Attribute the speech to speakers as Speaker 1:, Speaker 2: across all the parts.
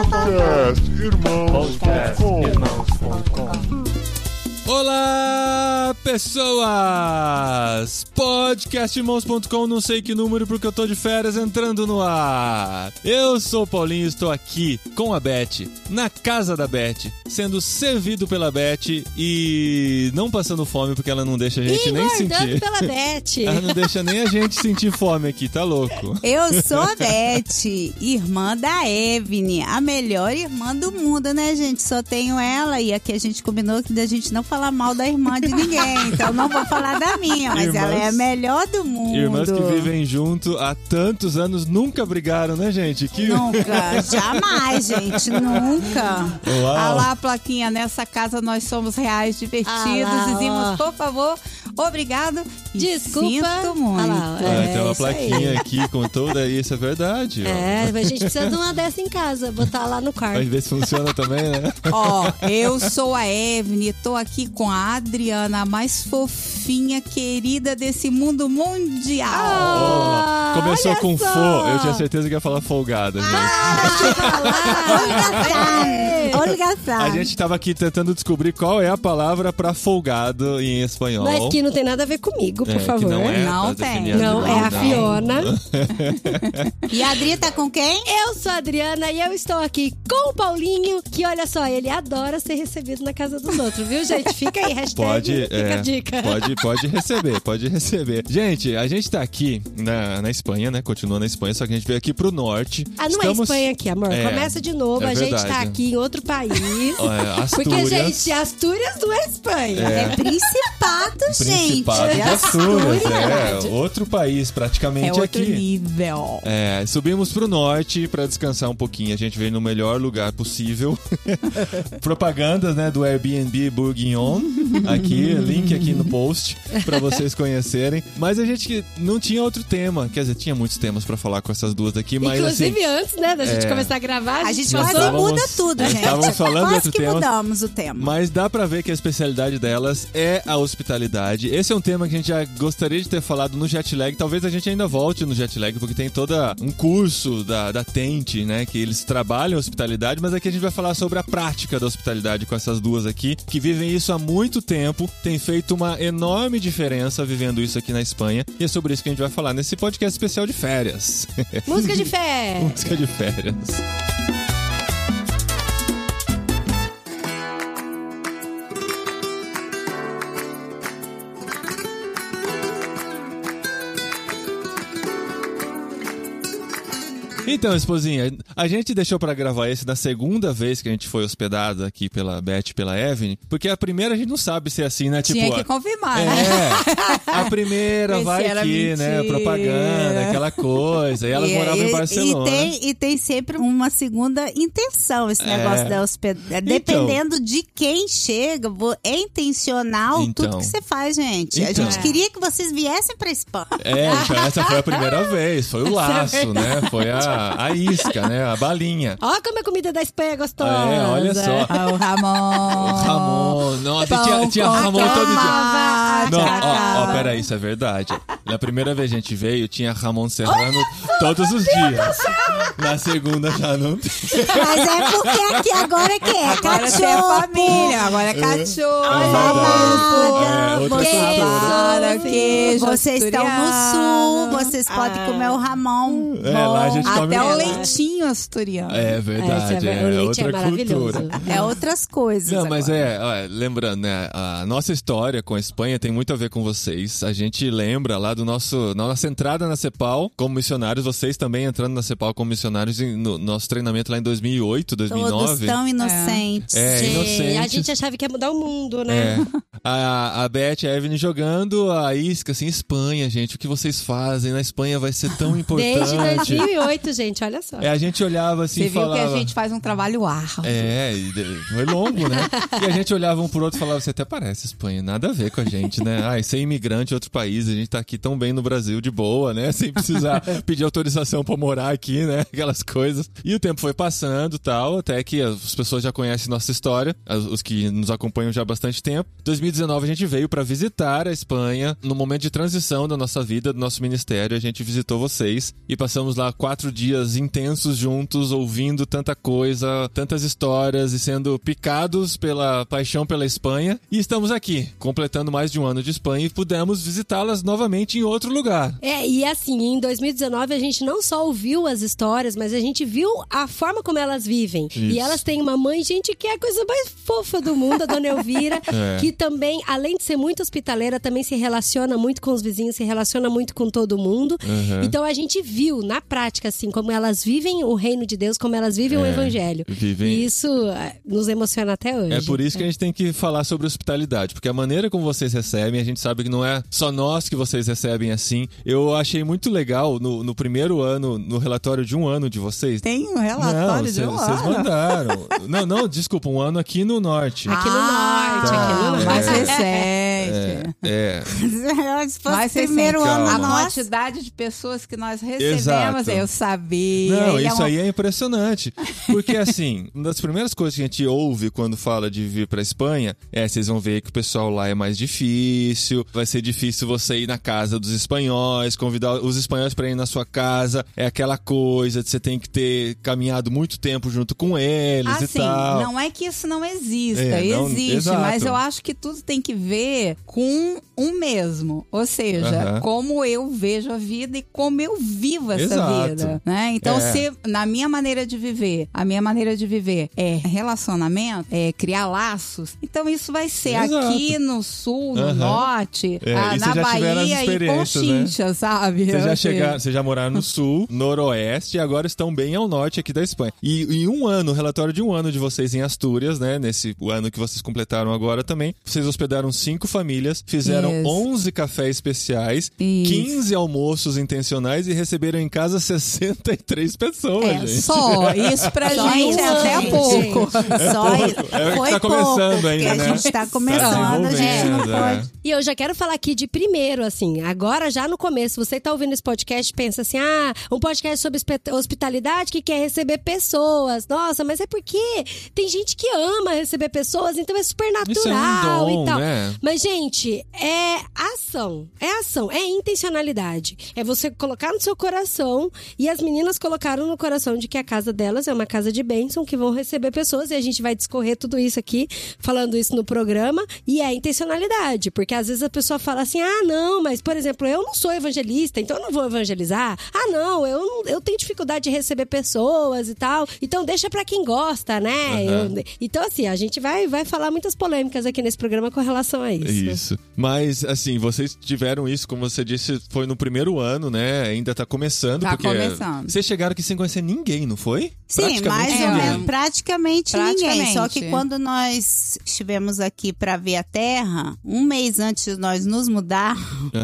Speaker 1: Podcastirmãos.com.
Speaker 2: Olá, pessoas! Podcastirmãos.com, não sei que número porque eu tô de férias, entrando no ar. Eu sou o Paulinho e estou aqui com a Beth, na casa da Beth, sendo servido pela Beth e não passando fome porque ela não deixa a gente nem sentir.
Speaker 3: Pela Beth.
Speaker 2: Ela não deixa nem a gente sentir fome aqui, tá louco?
Speaker 4: Eu sou a Beth, irmã da Evne, a melhor irmã do mundo, né, gente? Só tenho ela e aqui a gente combinou que a gente não falar mal da irmã de ninguém, então não vou falar da minha, mas ela é a melhor do mundo.
Speaker 2: Irmãs que vivem junto há tantos anos nunca brigaram, né, gente?
Speaker 4: Nunca, jamais, gente, nunca.
Speaker 2: Uau.
Speaker 4: Ah lá a plaquinha, nessa casa nós somos reais, divertidos, dizemos, por favor, obrigado e
Speaker 3: desculpa.
Speaker 4: Sinto muito.
Speaker 2: Tem uma plaquinha aqui com toda isso, é verdade.
Speaker 3: Mas a gente precisa de uma dessa em casa, botar lá no quarto.
Speaker 2: Vai ver se funciona também, né?
Speaker 4: Eu sou a Evne, tô aqui com a Adriana, a mais fofinha, querida desse mundo mundial.
Speaker 2: Começou com fô, eu tinha certeza que ia falar folgada, gente.
Speaker 4: Olga.
Speaker 2: A gente tava aqui tentando descobrir qual é a palavra pra folgado em espanhol.
Speaker 3: Mas que não tem nada a ver comigo, por favor.
Speaker 4: Não tem.
Speaker 3: Não, é a Fiona.
Speaker 4: E a Adri tá com quem?
Speaker 3: Eu sou a Adriana e eu estou aqui com o Paulinho, que olha só, ele adora ser recebido na casa dos outros, viu, gente? Fica aí, hashtag, fica a dica.
Speaker 2: Pode receber. Gente, a gente tá aqui na Espanha, né? Continua na Espanha, só que a gente veio aqui pro norte.
Speaker 3: Não é Espanha aqui, amor. Começa de novo, a gente tá aqui em outro país. Porque, gente, Astúrias não é Espanha.
Speaker 4: É Principado, gente.
Speaker 2: Principado de Astúrias, outro país praticamente
Speaker 4: aqui. É outro
Speaker 2: aqui.
Speaker 4: nível.
Speaker 2: Subimos pro norte pra descansar um pouquinho. A gente veio no melhor lugar possível. Propagandas, né, do Airbnb Bourguignon. Aqui, link aqui no post pra vocês conhecerem. Mas a gente não tinha outro tema. Quer dizer, tinha muitos temas pra falar com essas duas aqui, mas
Speaker 3: inclusive
Speaker 2: assim,
Speaker 3: antes, né, da gente começar a gravar,
Speaker 4: a gente quase muda tudo, gente.
Speaker 2: Estávamos falando de outro tema.
Speaker 4: Mudamos o tema.
Speaker 2: Mas dá pra ver que a especialidade delas é a hospitalidade. Esse é um tema que a gente já gostaria de ter falado no Jetlag. Talvez a gente ainda volte no Jetlag, porque tem todo um curso da Tente, né, que eles trabalham a hospitalidade, mas aqui a gente vai falar sobre a prática da hospitalidade com essas duas aqui, que vivem isso há muito tempo, tem feito uma enorme diferença vivendo isso aqui na Espanha, e é sobre isso que a gente vai falar nesse podcast especial de férias.
Speaker 3: Música de férias.
Speaker 2: Música de férias. Então, esposinha, a gente deixou pra gravar esse da segunda vez que a gente foi hospedado aqui pela Beth e pela Evne, porque a primeira a gente não sabe se é assim, né?
Speaker 4: Tinha
Speaker 2: tipo,
Speaker 4: que confirmar, né?
Speaker 2: A primeira vai aqui, mentira, né? Propaganda, aquela coisa. E elas moravam em Barcelona.
Speaker 4: E tem sempre uma segunda intenção esse negócio da hospedagem. Dependendo de quem chega, é intencional tudo que você faz, gente. A gente queria que vocês viessem pra Espanha.
Speaker 2: Então essa foi a primeira vez. Foi o laço, né? Foi a isca, né? A balinha.
Speaker 3: Ó como a comida da Espanha é gostosa.
Speaker 2: Olha só.
Speaker 4: O Ramon.
Speaker 2: Nossa, tinha Ramon todo dia.
Speaker 4: Não,
Speaker 2: peraí, isso é verdade. Na primeira vez que a gente veio, tinha Ramon Serrano todos os dias. Na segunda já não tem.
Speaker 4: Mas é porque aqui agora é que é cachorro. Família, agora é cachorro. Vocês estão no sul, vocês podem comer o Ramon.
Speaker 2: Lá a gente come
Speaker 4: até o leitinho asturiano.
Speaker 2: É verdade,
Speaker 3: o leite
Speaker 2: outra cultura.
Speaker 4: É outras coisas.
Speaker 2: Não, mas lembrando, né, a nossa história com a Espanha tem muito a ver com vocês. A gente lembra lá da nossa entrada na CEPAL como missionários, vocês também entrando na CEPAL como missionários no nosso treinamento lá em 2008, 2009.
Speaker 4: Todos tão inocentes.
Speaker 2: Inocentes.
Speaker 3: A gente achava que ia mudar o mundo, né?
Speaker 2: A Beth e a Evne jogando a isca, assim, Espanha, gente, o que vocês fazem na Espanha vai ser tão importante.
Speaker 3: Desde 2008, gente, olha só.
Speaker 2: A gente olhava assim e falava...
Speaker 4: Você viu que a gente faz um trabalho árduo.
Speaker 2: Foi longo, né? E a gente olhava um pro outro e falava, você até parece Espanha, nada a ver com a gente, né? Ser imigrante em outro país, a gente tá aqui tão bem no Brasil de boa, né? Sem precisar pedir autorização pra morar aqui, né? Aquelas coisas. E o tempo foi passando e tal, até que as pessoas já conhecem nossa história, os que nos acompanham já há bastante tempo. 2019 2019 a gente veio para visitar a Espanha no momento de transição da nossa vida, do nosso ministério. A gente visitou vocês e passamos lá 4 dias intensos juntos, ouvindo tanta coisa, tantas histórias e sendo picados pela paixão pela Espanha. E estamos aqui, completando mais de um ano de Espanha e pudemos visitá-las novamente em outro lugar.
Speaker 3: E assim, em 2019 a gente não só ouviu as histórias, mas a gente viu a forma como elas vivem.
Speaker 2: Isso.
Speaker 3: E elas têm uma mãe, gente, que é a coisa mais fofa do mundo, a Dona Elvira, que também, além de ser muito hospitaleira, também se relaciona muito com os vizinhos, se relaciona muito com todo mundo. Então a gente viu, na prática, assim, como elas vivem o reino de Deus, como elas vivem o evangelho. E isso nos emociona até hoje.
Speaker 2: É por isso que a gente tem que falar sobre hospitalidade, porque a maneira como vocês recebem, a gente sabe que não é só nós que vocês recebem assim. Eu achei muito legal no primeiro ano, no relatório de um ano de vocês.
Speaker 4: Tem um relatório de um ano?
Speaker 2: Vocês mandaram. Não, desculpa, um ano aqui no norte.
Speaker 3: Aqui no norte, aqui no norte.
Speaker 4: Mais recente. Se fosse
Speaker 1: mais
Speaker 4: primeiro
Speaker 1: recente.
Speaker 4: ano,
Speaker 1: A
Speaker 4: nossa.
Speaker 1: quantidade de pessoas que nós recebemos,
Speaker 2: Exato.
Speaker 1: eu sabia.
Speaker 2: Não, isso aí é impressionante. Porque assim, uma das primeiras coisas que a gente ouve quando fala de vir pra Espanha vocês vão ver que o pessoal lá é mais difícil, vai ser difícil você ir na casa dos espanhóis, convidar os espanhóis pra ir na sua casa, é aquela coisa de você tem que ter caminhado muito tempo junto com eles e
Speaker 1: assim,
Speaker 2: tal.
Speaker 1: não é que isso não exista,
Speaker 2: Não,
Speaker 1: existe,
Speaker 2: exato.
Speaker 1: mas eu acho que tudo tem que ver com um mesmo, ou seja, como eu vejo a vida e como eu vivo essa
Speaker 2: Exato.
Speaker 1: vida, né? Então, se na minha maneira de viver, a minha maneira de viver é relacionamento, é criar laços, então isso vai ser
Speaker 2: Exato.
Speaker 1: aqui no sul, no norte,
Speaker 2: E
Speaker 1: na
Speaker 2: vocês já tiveram as
Speaker 1: Bahia e
Speaker 2: experiências,
Speaker 1: Conchincha, sabe?
Speaker 2: Vocês já moraram no sul, noroeste e agora estão bem ao norte aqui da Espanha. E em um ano, o relatório de um ano de vocês em Astúrias, né? Nesse ano que vocês completaram agora também, vocês hospedaram 5 famílias, fizeram 11 cafés especiais, 15 almoços intencionais e receberam em casa 63 pessoas, gente.
Speaker 1: Só isso pra gente é até pouco.
Speaker 4: Só isso. Foi
Speaker 2: tá começando
Speaker 4: pouco,
Speaker 2: ainda,
Speaker 4: porque
Speaker 2: né?
Speaker 4: a gente tá começando, a gente não pode...
Speaker 3: E eu já quero falar aqui de primeiro, assim, agora já no começo, você tá ouvindo esse podcast e pensa assim, um podcast sobre hospitalidade que quer receber pessoas. Nossa, mas é porque tem gente que ama receber pessoas, então é super natural
Speaker 2: Isso é um dom,
Speaker 3: e tal.
Speaker 2: né?
Speaker 3: Mas, gente, é ação, é intencionalidade. É você colocar no seu coração, e as meninas colocaram no coração de que a casa delas é uma casa de bênção, que vão receber pessoas, e a gente vai discorrer tudo isso aqui, falando isso no programa, e é intencionalidade, porque às vezes a pessoa fala assim, não, mas, por exemplo, eu não sou evangelista, então eu não vou evangelizar. Não, eu tenho dificuldade de receber pessoas e tal, então deixa pra quem gosta, né? Então, assim, a gente vai falar muitas polêmicas aqui nesse programa com relação a isso.
Speaker 2: Isso. Mas, assim, vocês tiveram isso, como você disse, foi no primeiro ano, né? Ainda tá começando.
Speaker 1: Tá
Speaker 2: porque
Speaker 1: começando.
Speaker 2: Vocês chegaram aqui sem conhecer ninguém, não foi?
Speaker 4: Sim, mais ou menos. Praticamente ninguém.
Speaker 1: Praticamente.
Speaker 4: Só que quando nós estivemos aqui pra ver a terra, um mês antes de nós nos mudar,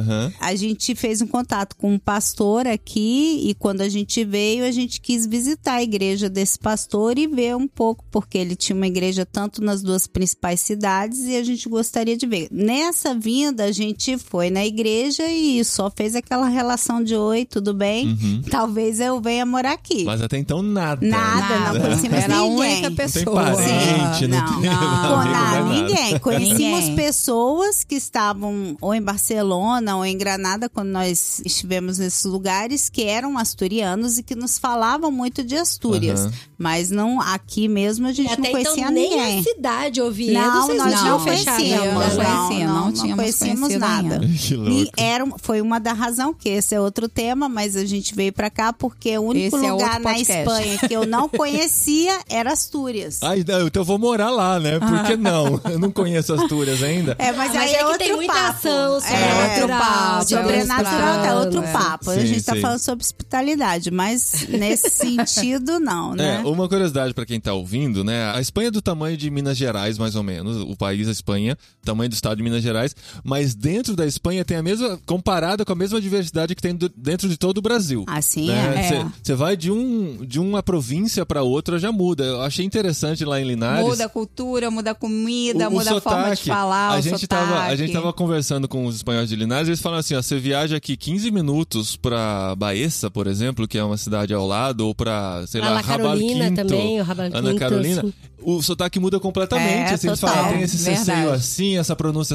Speaker 4: a gente fez um contato com um pastor aqui, e quando a gente veio, a gente quis visitar a igreja desse pastor e ver um pouco, porque ele tinha uma igreja tanto nas 2 principais cidades e a gente gostaria de ver. Nessa vinda, a gente foi na igreja e só fez aquela relação de oi, tudo bem? Talvez eu venha morar aqui.
Speaker 2: Mas até então nada.
Speaker 4: Nada, não conhecemos
Speaker 1: Era a
Speaker 4: ninguém.
Speaker 1: única pessoa.
Speaker 2: Não tem parente, não tem amigo,
Speaker 4: ninguém. Conhecemos
Speaker 1: Ninguém.
Speaker 4: pessoas que estavam ou em Barcelona ou em Granada, quando nós estivemos nesses lugares, que eram asturianos e que nos falavam muito de Astúrias. Mas não, aqui mesmo a gente não conhecia
Speaker 3: então,
Speaker 4: ninguém.
Speaker 3: nem a cidade Oviedo,
Speaker 4: Não,
Speaker 3: vocês
Speaker 4: nós não
Speaker 3: fecharam.
Speaker 1: conhecíamos.
Speaker 4: Não conhecíamos nada.
Speaker 2: Que louco.
Speaker 4: E foi uma da razão, que esse é outro tema, mas a gente veio pra cá porque o único
Speaker 1: Esse é
Speaker 4: lugar
Speaker 1: outro
Speaker 4: na
Speaker 1: podcast.
Speaker 4: Espanha que eu não conhecia era Astúrias.
Speaker 2: Então eu vou morar lá, né? Por que não? Eu não conheço Astúrias ainda.
Speaker 4: Mas
Speaker 3: Mas
Speaker 4: aí
Speaker 3: é que
Speaker 4: outro
Speaker 3: tem muita
Speaker 4: papo.
Speaker 3: ação
Speaker 1: outro
Speaker 3: sobrenatural.
Speaker 1: papo,
Speaker 4: Sobrenatural é outro papo.
Speaker 2: Sim,
Speaker 4: A gente tá
Speaker 2: sim.
Speaker 4: falando sobre hospitalidade, mas nesse sentido, não, né?
Speaker 2: Uma curiosidade pra quem tá ouvindo, né? A Espanha é do tamanho de Minas Gerais, mais ou menos. O país, a Espanha, tamanho do estado de Minas Gerais. Mas dentro da Espanha tem a mesma, comparada com a mesma diversidade que tem dentro de todo o Brasil.
Speaker 4: Assim
Speaker 2: né? Você vai de uma província pra outra, já muda. Eu achei interessante lá em Linares.
Speaker 1: Muda a cultura, muda a comida, muda a
Speaker 2: sotaque.
Speaker 1: forma de falar,
Speaker 2: a gente tava conversando com os espanhóis de Linares, eles falam assim, ó, você viaja aqui 15 minutos pra Baeza, por exemplo, que é uma cidade ao lado, ou pra, sei lá, Rabal Quinto,
Speaker 3: também, o Rabal
Speaker 2: Ana
Speaker 3: Quinto,
Speaker 2: Carolina.
Speaker 3: assim.
Speaker 2: O sotaque muda completamente. Assim, eles
Speaker 4: total.
Speaker 2: falam, tem esse ceceio
Speaker 1: Verdade.
Speaker 2: assim, essa pronúncia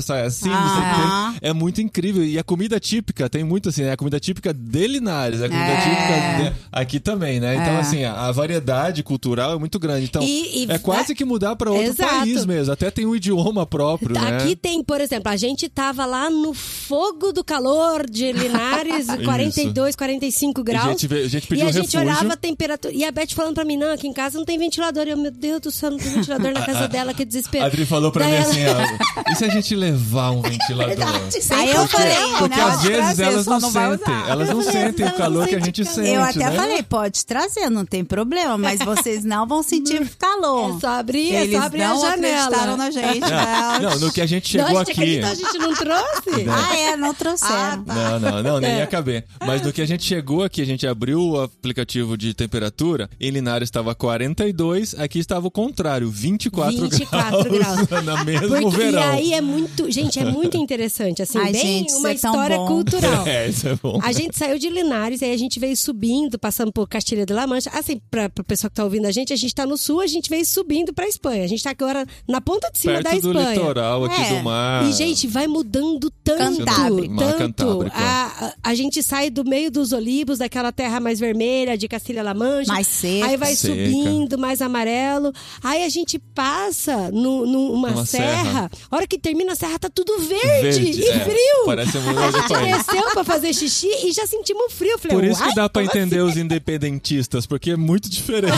Speaker 2: sai assim, não sei o que. É muito incrível. E a comida típica, tem muito assim, né? A comida típica de Linares, a comida típica aqui também, né? Então, assim, a variedade cultural é muito grande. Então, é quase que mudar para outro país mesmo. Até tem um idioma próprio, né?
Speaker 3: Aqui tem, por exemplo, a gente tava lá no fogo do calor de Linares, 42, 45 graus.
Speaker 2: A gente pediu
Speaker 3: e a
Speaker 2: refúgio.
Speaker 3: gente olhava a temperatura. E a Beth falando pra mim, não, aqui em casa não tem ventilador. E eu, meu Deus do céu, não tem ventilador na casa dela, que desespero.
Speaker 2: A Adri falou pra mim assim, e se a gente levar um ventilador?
Speaker 4: Aí eu falei,
Speaker 2: porque às vezes elas não sentem. Elas não sentem o calor que a gente sente.
Speaker 4: Eu até
Speaker 2: né?
Speaker 4: falei, pode trazer, não tem problema, mas vocês não vão sentir calor.
Speaker 3: É só abrir,
Speaker 1: Eles
Speaker 3: a janela.
Speaker 1: não acreditaram na gente.
Speaker 2: Não, no que a gente chegou aqui...
Speaker 3: A gente não trouxe?
Speaker 4: Não trouxeram.
Speaker 2: Não, nem ia caber. Mas no que a gente chegou aqui, a gente abriu o aplicativo de temperatura, em Linares estava 42, aqui estava o contrário, 24 graus. No mesmo verão.
Speaker 3: E aí é muito... Gente, é muito interessante, assim,
Speaker 4: Ai,
Speaker 3: bem
Speaker 4: gente,
Speaker 3: uma
Speaker 4: isso é tão
Speaker 3: história
Speaker 4: bom.
Speaker 3: cultural.
Speaker 2: Isso é bom.
Speaker 3: A gente saiu de Linares, aí a gente veio subindo, passando por Castilha de La Mancha. Assim, pro pessoal que tá ouvindo a gente tá no sul, a gente veio subindo pra Espanha. A gente tá agora na ponta de cima
Speaker 2: perto
Speaker 3: da Espanha.
Speaker 2: do litoral aqui do mar.
Speaker 3: E, gente, vai mudando tanto.
Speaker 2: Cantábrico.
Speaker 3: A gente sai do meio dos olivos, daquela terra mais vermelha, de Castilha-La Mancha.
Speaker 4: Mais seca.
Speaker 3: Aí vai
Speaker 2: Seca.
Speaker 3: subindo, mais amarelo. Aí a gente passa numa serra. A hora que termina a serra, tá tudo verde e frio.
Speaker 2: Parece um
Speaker 3: A gente desceu pra fazer xixi e já sentimos frio. Eu falei,
Speaker 2: Por isso que dá pra
Speaker 3: como
Speaker 2: entender
Speaker 3: assim?
Speaker 2: os independentistas, porque é muito diferente.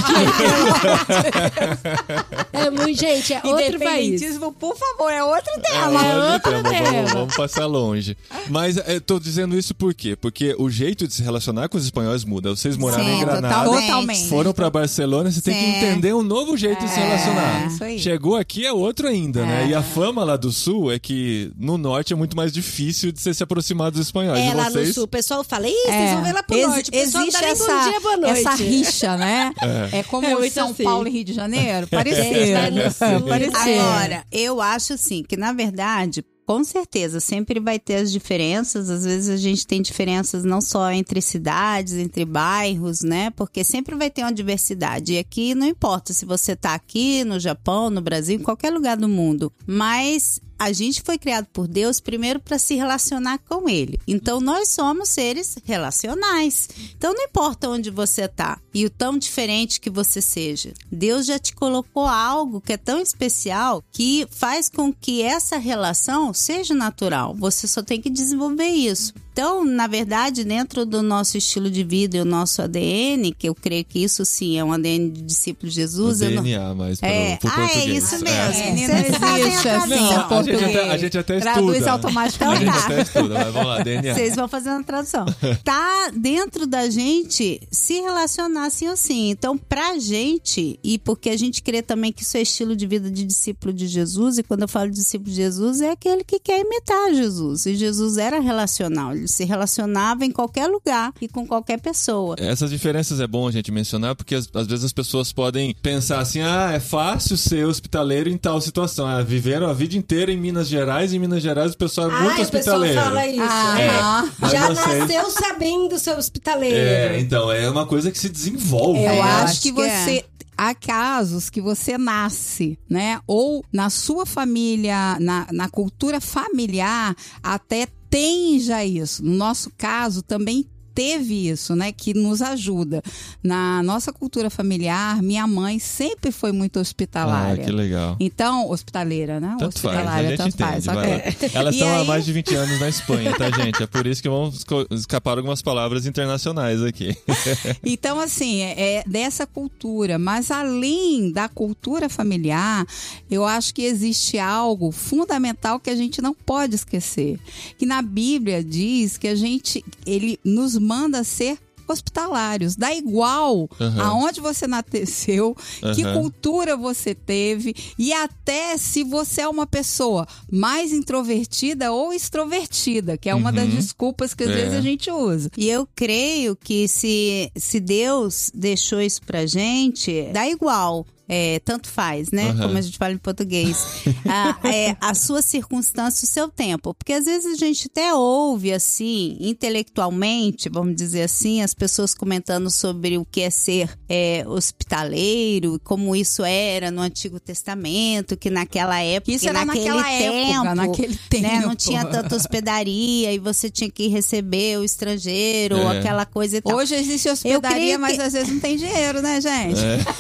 Speaker 3: É muito, gente, é outro país.
Speaker 1: Independentismo, por favor, é outro tema.
Speaker 3: É outro tema.
Speaker 2: Vamos passar longe. Mas eu tô dizendo isso por quê? Porque o jeito de se relacionar com os espanhóis muda. Vocês moraram em Granada,
Speaker 1: totalmente.
Speaker 2: foram pra Barcelona, você tem que entender um novo jeito de se relacionar.
Speaker 1: Isso aí.
Speaker 2: Chegou aqui é outro ainda, né? E a fama lá do sul é que no norte é muito mais difícil de você se aproximar dos espanhóis.
Speaker 3: É,
Speaker 2: de
Speaker 3: lá
Speaker 2: vocês...
Speaker 3: no sul, o pessoal fala, vocês vão ver lá pro norte. O pessoal
Speaker 1: Existe
Speaker 3: dá nem bom dia, boa noite.
Speaker 1: essa rixa, né? É como
Speaker 3: É muito
Speaker 1: São
Speaker 3: assim.
Speaker 1: Paulo e Rio de Janeiro. Parecido. Parecido.
Speaker 4: Agora, eu acho assim, que na verdade... Com certeza, sempre vai ter as diferenças. Às vezes a gente tem diferenças não só entre cidades, entre bairros, né? Porque sempre vai ter uma diversidade. E aqui não importa se você tá aqui no Japão, no Brasil, em qualquer lugar do mundo. Mas a gente foi criado por Deus primeiro para se relacionar com Ele. Então nós somos seres relacionais. Então não importa onde você tá e o tão diferente que você seja. Deus já te colocou algo que é tão especial que faz com que essa relação seja natural. Você só tem que desenvolver isso. Então, na verdade, dentro do nosso estilo de vida e o nosso ADN, que eu creio que isso sim é um ADN de discípulo de Jesus.
Speaker 2: O DNA, mas pro português.
Speaker 4: É isso mesmo.
Speaker 1: Meninas, isso é
Speaker 2: Não,
Speaker 1: português.
Speaker 2: a gente até estuda.
Speaker 1: Traduz
Speaker 2: A
Speaker 1: automaticamente.
Speaker 2: gente até estuda, mas vamos lá, DNA.
Speaker 4: Vocês vão fazendo a tradução. Tá dentro da gente se relacionar assim ou assim. Então, pra gente, e porque a gente crê também que isso é estilo de vida de discípulo de Jesus, e quando eu falo de discípulo de Jesus, é aquele que quer imitar Jesus. E Jesus era relacional. Ele se relacionava em qualquer lugar e com qualquer pessoa.
Speaker 2: Essas diferenças é bom a gente mencionar, porque às vezes as pessoas podem pensar assim, é fácil ser hospitaleiro em tal situação. Viveram a vida inteira em Minas Gerais, e em Minas Gerais o pessoal é muito hospitaleiro.
Speaker 3: O pessoal fala isso.
Speaker 2: Mas
Speaker 3: Já
Speaker 2: vocês...
Speaker 3: nasceu sabendo ser hospitaleiro.
Speaker 2: Então, é uma coisa que se desenvolve.
Speaker 1: Eu
Speaker 2: né?
Speaker 1: acho que você... Há casos que você nasce, né? Ou na sua família, na cultura familiar, até tem já isso. No nosso caso, também teve isso, né, que nos ajuda. Na nossa cultura familiar, minha mãe sempre foi muito hospitalária.
Speaker 2: Ah, que legal.
Speaker 1: Então, hospitaleira, né?
Speaker 2: Tanto
Speaker 1: hospitalária,
Speaker 2: faz, a gente
Speaker 1: tanto
Speaker 2: entende.
Speaker 1: faz.
Speaker 2: Elas
Speaker 1: E
Speaker 2: estão há
Speaker 1: aí...
Speaker 2: mais de 20 anos na Espanha, tá, gente? É por isso que vão escapar algumas palavras internacionais aqui.
Speaker 1: Então, assim, é dessa cultura. Mas além da cultura familiar, eu acho que existe algo fundamental que a gente não pode esquecer. Que na Bíblia diz que ele nos manda ser hospitalários. Dá igual aonde você nasceu, que cultura você teve e até se você é uma pessoa mais introvertida ou extrovertida, que é uma das desculpas que às vezes a gente usa.
Speaker 4: E eu creio que se Deus deixou isso pra gente, dá igual. tanto faz, né? Como a gente fala em português. A sua circunstância, o seu tempo. Porque às vezes a gente até ouve, assim, intelectualmente, vamos dizer assim, as pessoas comentando sobre o que é ser hospitaleiro, como isso era no Antigo Testamento, que naquela época,
Speaker 1: isso era naquele tempo,
Speaker 4: né, não tinha tanta hospedaria e você tinha que receber o estrangeiro, ou aquela coisa e tal.
Speaker 1: Hoje existe hospedaria, mas às vezes não tem dinheiro, né, gente?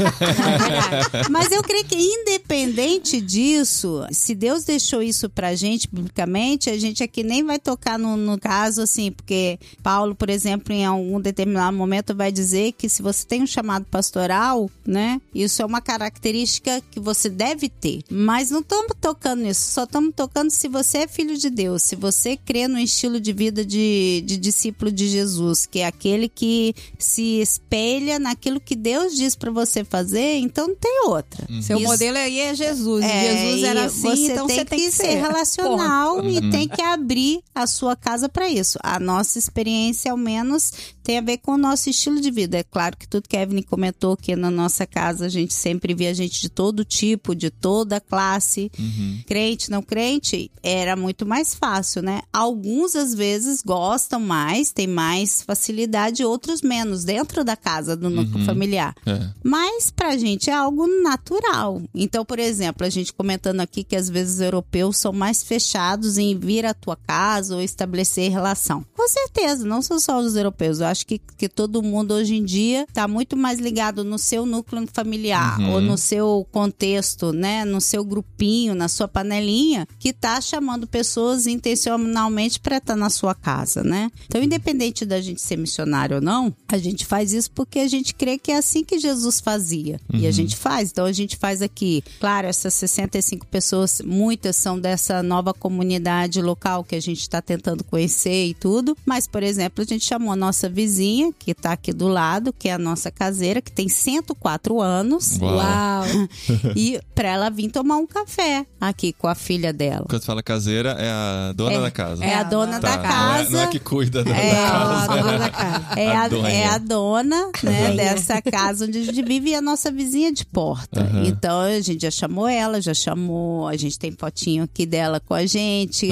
Speaker 4: Mas eu creio que independente disso, se Deus deixou isso pra gente biblicamente, a gente aqui nem vai tocar no caso assim, porque Paulo, por exemplo, em algum determinado momento vai dizer que se você tem um chamado pastoral, né, isso é uma característica que você deve ter. Mas não estamos tocando nisso, só estamos tocando se você é filho de Deus, se você crê no estilo de vida de discípulo de Jesus, que é aquele que se espelha naquilo que Deus diz pra você fazer, então não tem outra.
Speaker 1: Seu modelo aí é Jesus. Jesus era assim, então você tem que
Speaker 4: ser relacional e tem que abrir a sua casa para isso. A nossa experiência, ao menos, tem a ver com o nosso estilo de vida. É claro que tudo que a Evelyn comentou, que na nossa casa a gente sempre via gente de todo tipo, de toda classe, crente, não crente, era muito mais fácil, né? Alguns, às vezes, gostam mais, têm mais facilidade, outros menos, dentro da casa, do núcleo familiar. Mas pra gente é algo natural. Então, por exemplo, a gente comentando aqui que às vezes os europeus são mais fechados em vir à tua casa ou estabelecer relação. Com certeza, não são só os europeus. Eu acho que todo mundo hoje em dia tá muito mais ligado no seu núcleo familiar ou no seu contexto, né? No seu grupinho, na sua panelinha, que tá chamando pessoas intencionalmente para estar na sua casa, né? Então, independente da gente ser missionário ou não, a gente faz isso porque a gente crê que é assim que Jesus fazia. E a gente faz. Então, a gente faz aqui. Claro, essas 65 pessoas, muitas são dessa nova comunidade local que a gente está tentando conhecer e tudo. Mas, por exemplo, a gente chamou a nossa vizinha, que está aqui do lado, que é a nossa caseira, que tem 104 anos.
Speaker 3: Uau!
Speaker 4: E para ela vir tomar um café aqui com a filha dela.
Speaker 2: Quando fala caseira, é a dona da casa.
Speaker 4: É a dona da casa.
Speaker 2: Não é que cuida da casa.
Speaker 3: A dona da casa.
Speaker 4: É a dona, né, dessa casa onde a gente vive, e a nossa vizinha de porta. Então, a gente já chamou ela, a gente tem fotinho aqui dela com a gente,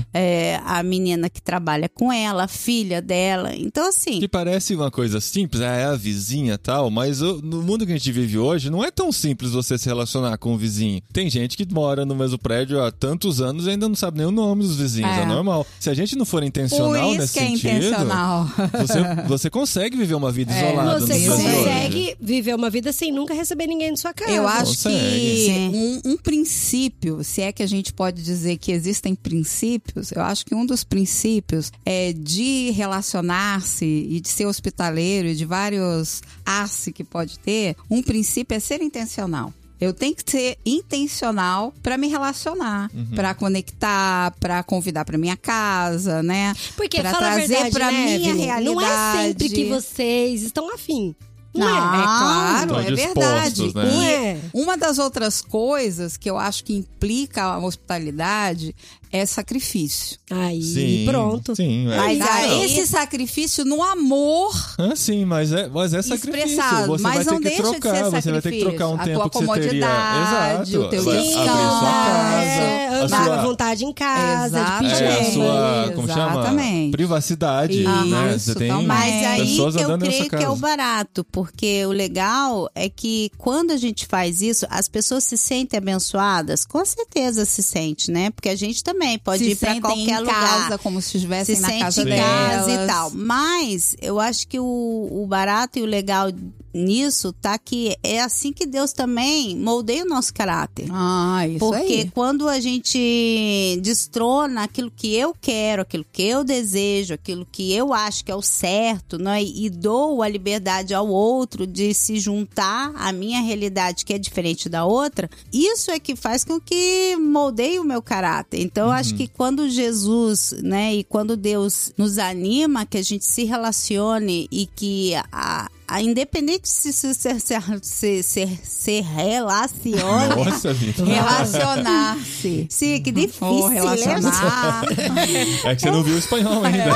Speaker 4: a menina que trabalha com ela, a filha dela. Então, assim...
Speaker 2: Que parece uma coisa simples, é a vizinha e tal, mas no mundo que a gente vive hoje, não é tão simples você se relacionar com o vizinho. Tem gente que mora no mesmo prédio há tantos anos e ainda não sabe nem o nome dos vizinhos, é normal. Se a gente não for intencional nesse sentido, você consegue viver uma vida isolada.
Speaker 3: Você consegue viver uma vida sem nunca receber ninguém na sua casa.
Speaker 1: Eu acho que um princípio, se é que a gente pode dizer que existem princípios, eu acho que um dos princípios é de relacionar-se e de ser hospitaleiro e de vários que pode ter, um princípio é ser intencional. Eu tenho que ser intencional para me relacionar, para conectar, para convidar para minha casa, né?
Speaker 3: Porque
Speaker 1: pra
Speaker 3: fala
Speaker 1: trazer
Speaker 3: a verdade,
Speaker 1: para
Speaker 3: né,
Speaker 1: minha
Speaker 3: Evelyn?
Speaker 1: realidade.
Speaker 3: Não é sempre que vocês estão afim.
Speaker 1: Não, é claro, é verdade.
Speaker 2: Né?
Speaker 1: E uma das outras coisas que eu acho que implica a hospitalidade é sacrifício.
Speaker 3: Aí, pronto.
Speaker 2: Sim,
Speaker 1: mas esse sacrifício no amor.
Speaker 2: Sim, mas é sacrifício.
Speaker 1: Expressado,
Speaker 2: você
Speaker 1: mas
Speaker 2: vai
Speaker 1: não
Speaker 2: ter que
Speaker 1: deixa
Speaker 2: trocar,
Speaker 1: de ser
Speaker 2: você vai ter que trocar um tempo que você teria.
Speaker 1: Exato. O teu
Speaker 2: descanso. Abrir sua casa.
Speaker 3: Andar à vontade em casa, de pijama.
Speaker 2: A sua, como chama? Privacidade. Né? Você tem
Speaker 4: mas aí
Speaker 2: pessoas
Speaker 4: que eu
Speaker 2: andando nessa
Speaker 4: creio
Speaker 2: casa.
Speaker 4: que é o barato, porque o legal é que quando a gente faz isso, as pessoas se sentem abençoadas, com certeza se sente, né? Porque a gente também pode ir para qualquer lugar,
Speaker 1: casa, como se estivessem na casa
Speaker 4: delas.
Speaker 1: Casa
Speaker 4: e tal. Mas eu acho que o barato e o legal nisso tá que é assim que Deus também moldeia o nosso caráter.
Speaker 1: Isso
Speaker 4: porque
Speaker 1: aí.
Speaker 4: Quando a gente destrona aquilo que eu quero, aquilo que eu desejo, aquilo que eu acho que é o certo, né? E dou a liberdade ao outro de se juntar à minha realidade, que é diferente da outra, isso é que faz com que moldeie o meu caráter. Então, eu acho que quando Jesus, né, e quando Deus nos anima, que a gente se relacione e que a independente se se relaciona.
Speaker 2: Nossa, Vitor.
Speaker 1: Relacionar-se.
Speaker 4: Sim, que difícil.
Speaker 1: Ou relacionar.
Speaker 2: É que você não viu o espanhol ainda.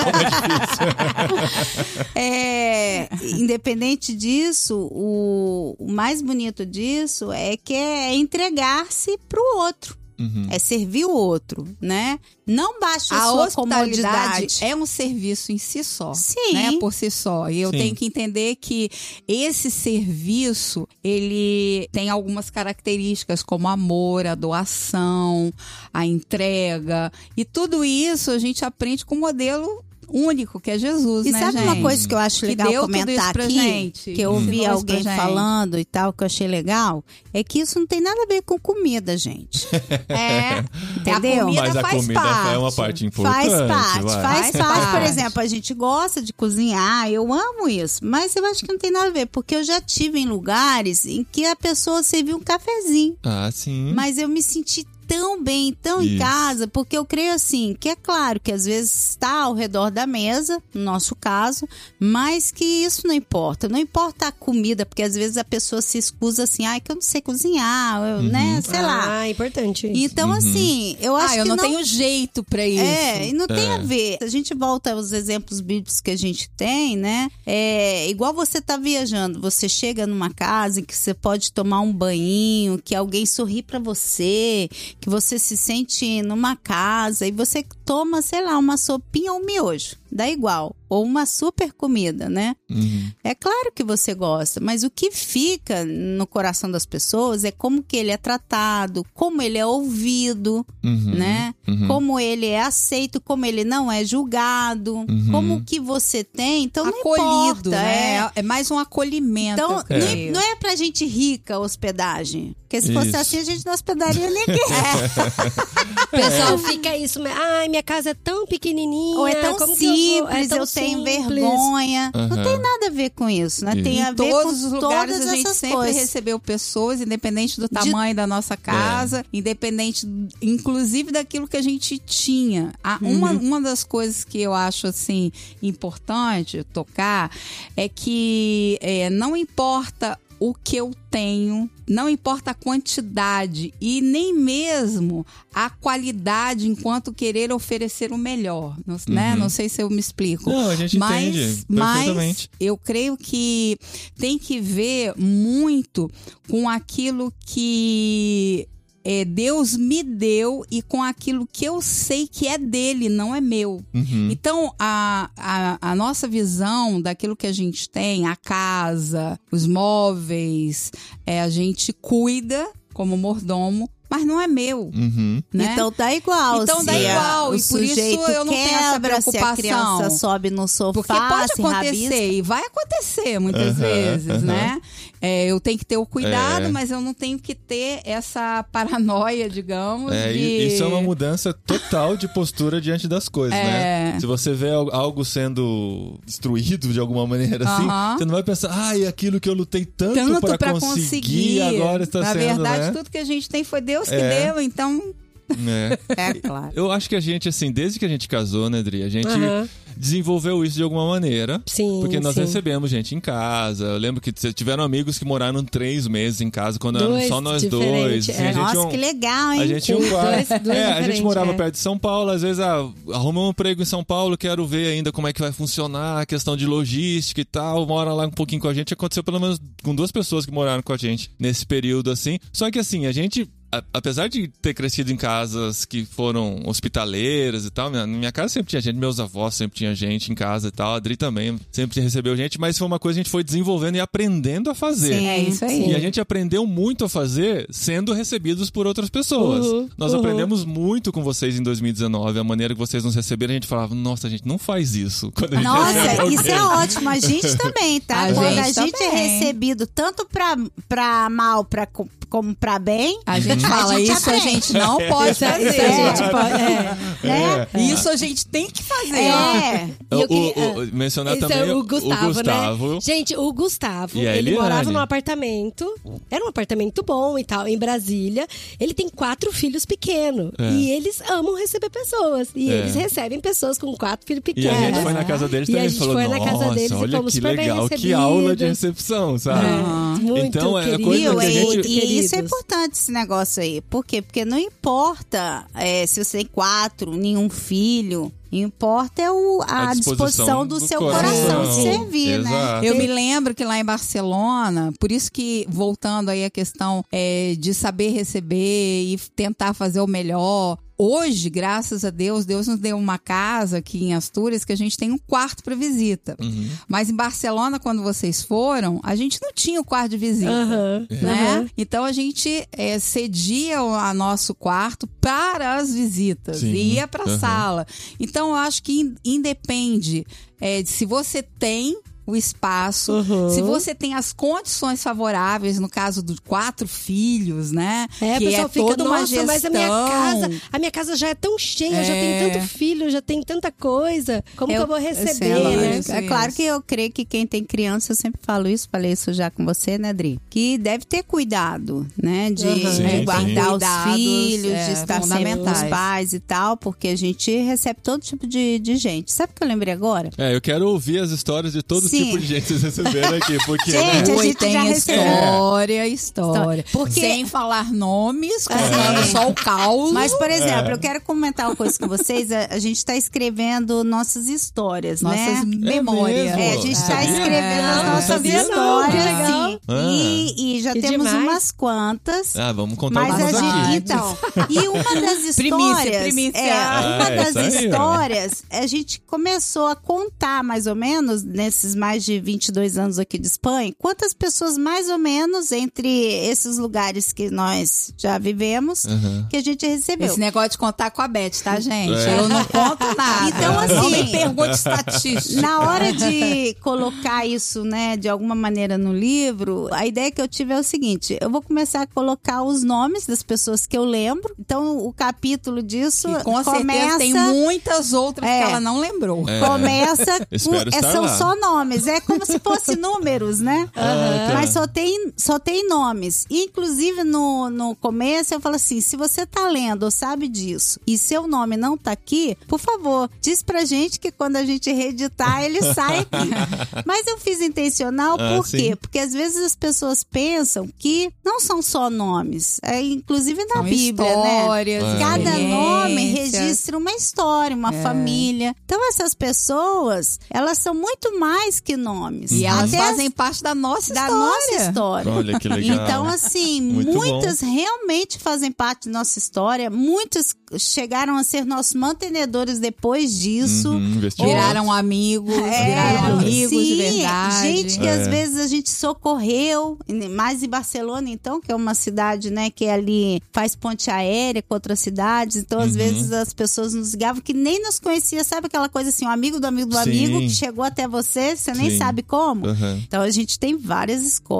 Speaker 4: Independente disso, o mais bonito disso é que é entregar-se pro outro. É servir o outro, né? Não baixa a sua comodidade.
Speaker 1: É um serviço em si só.
Speaker 4: Sim.
Speaker 1: Né? Por si só. E eu
Speaker 2: Sim.
Speaker 1: tenho que entender que esse serviço, ele tem algumas características como amor, a doação, a entrega. E tudo isso a gente aprende com o modelo único, que é Jesus,
Speaker 4: E
Speaker 1: né,
Speaker 4: sabe
Speaker 1: gente?
Speaker 4: uma coisa que eu acho legal
Speaker 1: deu tudo
Speaker 4: comentar
Speaker 1: isso pra
Speaker 4: aqui?
Speaker 1: gente,
Speaker 4: Que eu ouvi
Speaker 1: ensinou isso
Speaker 4: alguém
Speaker 1: pra gente.
Speaker 4: falando e tal, que eu achei legal, é que isso não tem nada a ver com comida, gente. Entendeu?
Speaker 1: A comida
Speaker 2: Mas a
Speaker 1: faz
Speaker 2: comida
Speaker 1: parte.
Speaker 2: é uma parte importante.
Speaker 4: Faz parte,
Speaker 2: vai.
Speaker 4: faz parte. Por
Speaker 1: parte.
Speaker 4: exemplo, a gente gosta de cozinhar, eu amo isso, mas eu acho que não tem nada a ver, porque eu já tive em lugares em que a pessoa serviu um cafezinho,
Speaker 2: Ah, sim.
Speaker 4: mas eu me senti tão bem, tão em
Speaker 2: Isso.
Speaker 4: casa, porque eu creio assim, que é claro que às vezes está ao redor da mesa, no nosso caso, mas que isso não importa. Não importa a comida, porque às vezes a pessoa se excusa assim, ai, que eu não sei cozinhar, né, sei lá.
Speaker 3: Ah, importante isso.
Speaker 4: Então, assim, eu acho
Speaker 1: eu
Speaker 4: que
Speaker 1: não tenho jeito pra isso.
Speaker 4: e não tem a ver. A gente volta aos exemplos bíblicos que a gente tem, né? Igual você tá viajando, você chega numa casa em que você pode tomar um banho, que alguém sorri pra você, que você se sente numa casa e você toma, sei lá, uma sopinha ou um miojo. Dá igual. Ou uma super comida, né? É claro que você gosta, mas o que fica no coração das pessoas é como que ele é tratado, como ele é ouvido, né? Como ele é aceito, como ele não é julgado, como que você tem. Então não
Speaker 1: Acolhido,
Speaker 4: importa,
Speaker 1: né? É mais um acolhimento.
Speaker 4: Então,
Speaker 1: eu creio.
Speaker 4: não é pra gente rica a hospedagem. Porque se fosse
Speaker 2: Isso.
Speaker 4: assim, a gente não hospedaria ninguém.
Speaker 3: O pessoal fica isso, ai, minha casa é tão pequenininha.
Speaker 4: Ou é tão
Speaker 3: como que eu vou?
Speaker 4: simples,
Speaker 3: É tão
Speaker 4: eu tenho
Speaker 3: simples.
Speaker 4: vergonha. Não tem nada a ver com isso, né?
Speaker 2: Isso.
Speaker 4: Tem a
Speaker 1: Em
Speaker 4: ver
Speaker 1: todos
Speaker 4: com
Speaker 1: os lugares
Speaker 4: todas
Speaker 1: a gente
Speaker 4: essas
Speaker 1: sempre
Speaker 4: coisas.
Speaker 1: recebeu pessoas, independente do tamanho da nossa casa, independente, inclusive daquilo que a gente tinha. Uma das coisas que eu acho assim importante tocar é que não importa o que eu tenho, não importa a quantidade e nem mesmo a qualidade enquanto querer oferecer o melhor, né? Não sei se eu me explico.
Speaker 2: Não, a gente entende perfeitamente.
Speaker 1: Eu creio que tem que ver muito com aquilo que Deus me deu e com aquilo que eu sei que é dele, não é meu. Então, a nossa visão daquilo que a gente tem, a casa, os móveis, a gente cuida como mordomo, mas não é meu, né?
Speaker 4: Então dá igual.
Speaker 1: Então
Speaker 4: se
Speaker 1: dá igual,
Speaker 4: o
Speaker 1: e por isso
Speaker 4: sujeito
Speaker 1: eu não tenho essa
Speaker 4: quebra, se a
Speaker 1: preocupação.
Speaker 4: criança sobe no sofá,
Speaker 1: Porque pode
Speaker 4: se
Speaker 1: acontecer,
Speaker 4: rabisca.
Speaker 1: e vai acontecer muitas vezes, né? Eu tenho que ter o cuidado, mas eu não tenho que ter essa paranoia, digamos.
Speaker 2: Isso é uma mudança total de postura diante das coisas, né? Se você vê algo sendo destruído de alguma maneira assim, você não vai pensar, aquilo que eu lutei tanto pra conseguir, agora está
Speaker 1: Na
Speaker 2: sendo,
Speaker 1: verdade,
Speaker 2: né?
Speaker 1: tudo que a gente tem foi Deus que deu, então...
Speaker 4: É claro.
Speaker 2: Eu acho que a gente, assim, desde que a gente casou, né, Dri? A gente desenvolveu isso de alguma maneira.
Speaker 3: Sim,
Speaker 2: porque nós
Speaker 3: sim.
Speaker 2: recebemos gente em casa. Eu lembro que tiveram amigos que moraram 3 meses em casa, quando éramos só nós
Speaker 3: diferentes,
Speaker 2: dois. Assim, a gente
Speaker 4: Nossa, que legal, hein?
Speaker 2: A gente tinha um quarto.
Speaker 3: Dois
Speaker 2: A gente
Speaker 3: diferentes,
Speaker 2: morava perto de São Paulo. Às vezes, arrumamos um emprego em São Paulo, quero ver ainda como é que vai funcionar a questão de logística e tal. Mora lá um pouquinho com a gente. Aconteceu pelo menos com 2 pessoas que moraram com a gente nesse período, assim. Só que, assim, a gente... Apesar de ter crescido em casas que foram hospitaleiras e tal, na minha casa sempre tinha gente, meus avós sempre tinha gente em casa e tal, a Adri também sempre recebeu gente, mas foi uma coisa que a gente foi desenvolvendo e aprendendo a fazer.
Speaker 1: Sim, é isso aí.
Speaker 2: E a gente aprendeu muito a fazer sendo recebidos por outras pessoas. Nós aprendemos muito com vocês em 2019, a maneira que vocês nos receberam, a gente falava, nossa, a gente não faz isso. Quando a gente recebe alguém.
Speaker 4: Isso é ótimo. A gente também, tá? Quando a gente é
Speaker 1: também.
Speaker 4: recebido tanto pra mal, como pra bem.
Speaker 1: A gente fala, isso a
Speaker 4: aprende.
Speaker 1: gente não pode fazer.
Speaker 3: Isso a gente pode,
Speaker 4: Né?
Speaker 1: Isso a gente tem que fazer.
Speaker 4: É.
Speaker 3: E eu queria-
Speaker 2: Mencionar
Speaker 3: Esse
Speaker 2: também
Speaker 3: é o Gustavo, né?
Speaker 2: Gente,
Speaker 3: Gente, o Gustavo,
Speaker 2: E a
Speaker 3: ele
Speaker 2: Eliane?
Speaker 3: morava num apartamento. Era um apartamento bom e tal, em Brasília. Ele tem 4 filhos pequenos. E eles amam receber pessoas. E eles recebem pessoas com 4 filhos
Speaker 2: E
Speaker 3: pequenos.
Speaker 2: a gente foi na casa deles
Speaker 3: E
Speaker 2: também
Speaker 3: a
Speaker 2: e
Speaker 3: gente
Speaker 2: falou,
Speaker 3: foi na casa
Speaker 2: nossa,
Speaker 3: deles e
Speaker 2: olha
Speaker 3: fomos
Speaker 2: que
Speaker 3: super bem
Speaker 2: legal, que
Speaker 3: recebidos.
Speaker 2: aula de recepção, sabe?
Speaker 3: Muito
Speaker 2: Então, é
Speaker 3: querido.
Speaker 2: coisa
Speaker 4: Viu?
Speaker 2: que a gente...
Speaker 4: E isso é
Speaker 3: queridos.
Speaker 4: importante, esse negócio aí. Por quê? Porque não importa se você tem 4, nenhum filho. Importa a disposição do seu coração de servir, né?
Speaker 2: Exato.
Speaker 1: Eu me lembro que lá em Barcelona, por isso que, voltando aí a questão de saber receber e tentar fazer o melhor. Hoje, graças a Deus, Deus nos deu uma casa aqui em Astúrias que a gente tem um quarto para visita. Mas em Barcelona, quando vocês foram, a gente não tinha o quarto de visita. Né? Então a gente cedia o nosso quarto para as visitas
Speaker 2: Sim.
Speaker 1: e ia para a sala. Então eu acho que independe de se você tem o espaço, se você tem as condições favoráveis, no caso dos 4 filhos, né?
Speaker 3: O
Speaker 1: que
Speaker 3: pessoal
Speaker 1: é
Speaker 3: fica,
Speaker 1: toda uma
Speaker 3: nossa,
Speaker 1: gestão.
Speaker 3: mas a minha casa já é tão cheia, já tem tanto filho, já tem tanta coisa. Como que eu vou receber, né?
Speaker 1: Isso,
Speaker 4: É claro
Speaker 1: isso.
Speaker 4: que eu creio que quem tem criança, eu sempre falo isso, falei isso já com você, né, Dri? Que deve ter cuidado, né? De
Speaker 2: Sim,
Speaker 4: guardar os
Speaker 1: Cuidados,
Speaker 4: filhos, de estar sempre com os
Speaker 1: fundamentais.
Speaker 4: pais e tal, porque a gente recebe todo tipo de gente. Sabe o que eu lembrei agora?
Speaker 2: Eu quero ouvir as histórias de todo
Speaker 4: Sim.
Speaker 2: tipo de gente que vocês receberam aqui, porque...
Speaker 4: Gente,
Speaker 2: né?
Speaker 4: a gente
Speaker 1: tem
Speaker 4: já recebeu.
Speaker 1: história.
Speaker 4: Porque-
Speaker 1: Sem falar nomes, contando só o caos.
Speaker 4: Mas, por exemplo, eu quero comentar uma coisa com vocês. A gente está escrevendo nossas histórias,
Speaker 1: nossas
Speaker 4: né?
Speaker 1: memórias.
Speaker 2: mesmo?
Speaker 4: A gente está
Speaker 2: Sabia?
Speaker 4: escrevendo as
Speaker 3: Não
Speaker 4: nossas
Speaker 3: sabia não,
Speaker 4: histórias,
Speaker 3: que legal.
Speaker 4: sim.
Speaker 2: Ah.
Speaker 4: E já
Speaker 3: Que
Speaker 4: temos
Speaker 3: demais.
Speaker 4: umas quantas.
Speaker 2: Vamos contar
Speaker 4: Mas
Speaker 2: algumas
Speaker 4: a
Speaker 2: aqui.
Speaker 4: gente, então, e uma das histórias,
Speaker 1: Primícia.
Speaker 4: uma das
Speaker 2: isso aí, ó.
Speaker 4: histórias, a gente começou a contar mais ou menos nesses mais de 22 anos aqui de Espanha, quantas pessoas mais ou menos entre esses lugares que nós já vivemos, que a gente recebeu.
Speaker 1: Esse negócio de contar com a Beth, tá, gente?
Speaker 2: É.
Speaker 1: Eu não conto nada.
Speaker 4: Então, assim,
Speaker 1: não me pergunte estatística.
Speaker 4: Na hora de colocar isso, né, de alguma maneira no livro, a ideia que eu tive é o seguinte: eu vou começar a colocar os nomes das pessoas que eu lembro. Então, o capítulo disso
Speaker 1: E com certeza
Speaker 4: começa...
Speaker 1: tem muitas outras que ela não lembrou.
Speaker 4: Começa
Speaker 2: Espero estar
Speaker 4: são
Speaker 2: lá.
Speaker 4: só nomes, é como se fosse números, né?
Speaker 2: tá.
Speaker 4: Mas só tem nomes. E, inclusive no começo eu falo assim: se você tá lendo ou sabe disso e seu nome não tá aqui, por favor, diz pra gente que quando a gente reeditar ele sai aqui. Mas eu fiz intencional, por
Speaker 2: sim.
Speaker 4: quê? Porque às vezes as pessoas pensam que não são só nomes, inclusive na
Speaker 1: São
Speaker 4: Bíblia,
Speaker 1: histórias,
Speaker 4: né? Cada nome
Speaker 1: experiências.
Speaker 4: registra uma história, uma família. Então essas pessoas, elas são muito mais que nomes.
Speaker 1: E elas
Speaker 4: Até
Speaker 1: fazem parte da nossa
Speaker 4: da
Speaker 1: história.
Speaker 4: nossa história.
Speaker 2: Olha que legal.
Speaker 4: Então, assim,
Speaker 2: Muito
Speaker 4: muitas realmente fazem parte da nossa história. Muitas chegaram a ser nossos mantenedores depois disso.
Speaker 1: Viraram amigos, viraram amigos de
Speaker 4: sim,
Speaker 1: verdade.
Speaker 4: gente que às vezes a gente socorreu, mais em Barcelona, então, que é uma cidade, né, que ali faz ponte aérea com outras cidades. Então, às vezes as pessoas nos ligavam que nem nos conhecia, sabe aquela coisa assim, um amigo do amigo do
Speaker 2: Sim.
Speaker 4: amigo que chegou até você nem
Speaker 2: Sim.
Speaker 4: sabe como.
Speaker 2: Uhum.
Speaker 4: Então, a gente tem várias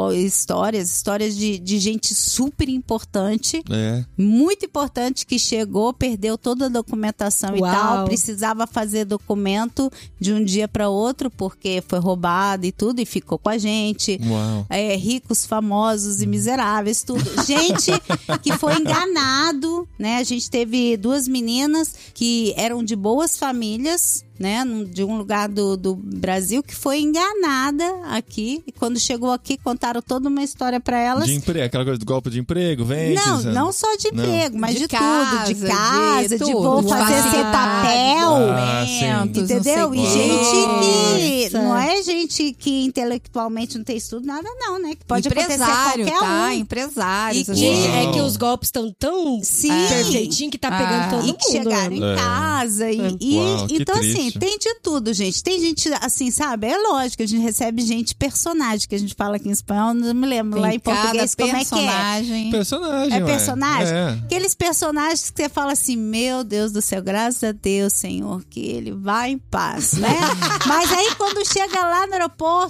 Speaker 4: histórias de gente super importante, muito importante, que chegou, perdeu toda a documentação e
Speaker 3: Uau.
Speaker 4: tal, precisava fazer documento de um dia para outro porque foi roubado e tudo, e ficou com a gente.
Speaker 2: Uau.
Speaker 4: Ricos, famosos e miseráveis, tudo. Gente que foi enganado, né? A gente teve 2 meninas que eram de boas famílias, né, de um lugar do Brasil, que foi enganada aqui, e quando chegou aqui contaram toda uma história para elas.
Speaker 2: De emprego, aquela coisa do golpe de emprego, vem.
Speaker 4: Não só de emprego, mas de
Speaker 1: casa,
Speaker 4: tudo, de casa, de
Speaker 1: tudo.
Speaker 4: vou fazer
Speaker 1: Facilidade,
Speaker 4: sem papel.
Speaker 1: documentos,
Speaker 4: Entendeu?
Speaker 1: não
Speaker 4: E
Speaker 1: sei o
Speaker 4: gente que
Speaker 3: Nossa.
Speaker 4: não é gente que intelectualmente não tem estudo, nada não, né? Que pode acontecer a
Speaker 1: Empresário,
Speaker 4: qualquer
Speaker 1: tá?
Speaker 4: um.
Speaker 1: Empresários.
Speaker 3: E
Speaker 1: assim.
Speaker 3: que
Speaker 2: Uau.
Speaker 3: é que os golpes estão tão
Speaker 4: Sim.
Speaker 3: perfeitinho que tá pegando todo
Speaker 4: E
Speaker 3: mundo.
Speaker 4: que chegaram
Speaker 3: né?
Speaker 4: em casa.
Speaker 2: Uau, que
Speaker 4: Então, assim,
Speaker 2: triste.
Speaker 4: tem de tudo, gente. Tem gente, assim, sabe? É lógico, a gente recebe gente personagem, que a gente fala aqui em espanhol, não me lembro
Speaker 1: Tem
Speaker 4: lá em
Speaker 1: cada
Speaker 4: português como é que é.
Speaker 1: personagem.
Speaker 2: Personagem,
Speaker 4: É
Speaker 2: ué.
Speaker 4: personagem?
Speaker 2: É.
Speaker 4: Aqueles personagens que você fala assim, meu Deus do céu, graças a Deus, Senhor, que ele vai em paz, né? Mas aí quando chega lá no aeroporto,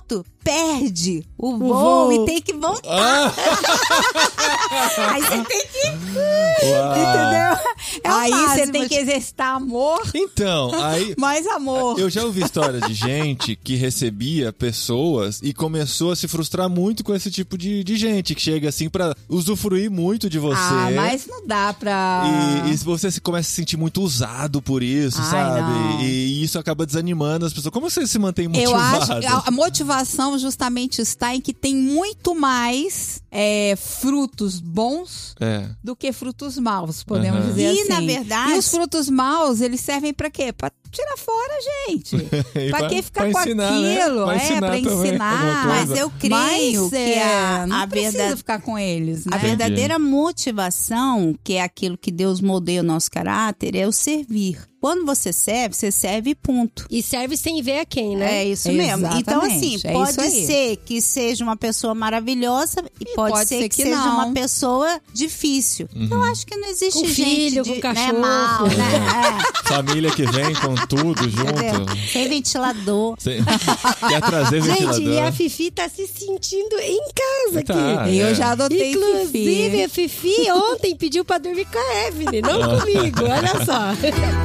Speaker 4: perde o voo
Speaker 3: voo.
Speaker 4: e tem que voltar. Aí você tem que... Entendeu? É o
Speaker 1: Aí você
Speaker 4: máximo.
Speaker 1: tem que exercitar amor,
Speaker 2: Então, aí...
Speaker 1: mais amor.
Speaker 2: Eu já ouvi história de gente que recebia pessoas e começou a se frustrar muito com esse tipo de gente, que chega assim pra usufruir muito de você.
Speaker 1: Ah, mas não dá pra...
Speaker 2: E você começa a se sentir muito usado por isso,
Speaker 1: Ai,
Speaker 2: sabe?
Speaker 1: não.
Speaker 2: E isso acaba desanimando as pessoas. Como você se mantém
Speaker 1: Eu
Speaker 2: motivado?
Speaker 1: acho que a motivação justamente está em que tem muito mais frutos bons
Speaker 2: É.
Speaker 1: do que frutos maus, podemos
Speaker 2: Aham.
Speaker 1: dizer
Speaker 4: E,
Speaker 1: assim.
Speaker 4: na verdade-
Speaker 1: E os frutos maus, eles servem pra quê? Pra tirar fora, gente.
Speaker 2: E
Speaker 1: Pra que ficar com
Speaker 2: ensinar, né?
Speaker 1: aquilo?
Speaker 2: Pra ensinar
Speaker 1: Pra
Speaker 2: também
Speaker 1: ensinar.
Speaker 2: alguma coisa.
Speaker 4: Mas eu creio
Speaker 1: Mas,
Speaker 4: que
Speaker 1: não
Speaker 4: a
Speaker 1: precisa
Speaker 4: verdade...
Speaker 1: ficar com eles, né?
Speaker 4: A verdadeira motivação, que é aquilo que Deus moldeia o nosso caráter, é o servir. Quando você serve e ponto.
Speaker 3: E serve sem ver a quem, né?
Speaker 4: É isso mesmo. Então, assim,
Speaker 1: Exatamente, é
Speaker 4: pode
Speaker 1: isso aí.
Speaker 4: ser que seja uma pessoa maravilhosa e pode ser que seja
Speaker 1: não.
Speaker 4: uma pessoa difícil. Eu acho que não existe
Speaker 3: Com
Speaker 4: gente
Speaker 3: filho,
Speaker 4: de,
Speaker 3: com
Speaker 4: né,
Speaker 3: cachorro.
Speaker 4: mal, né?
Speaker 2: Família que vem com tudo junto.
Speaker 4: Entendeu? Sem ventilador.
Speaker 2: Quer trazer ventilador.
Speaker 3: Gente, e a Fifi tá se sentindo em casa
Speaker 2: Tá.
Speaker 3: aqui.
Speaker 1: Eu já adotei
Speaker 3: Inclusive,
Speaker 1: Fifi.
Speaker 3: a Fifi ontem pediu pra dormir com a Evelyn, não comigo. Olha só.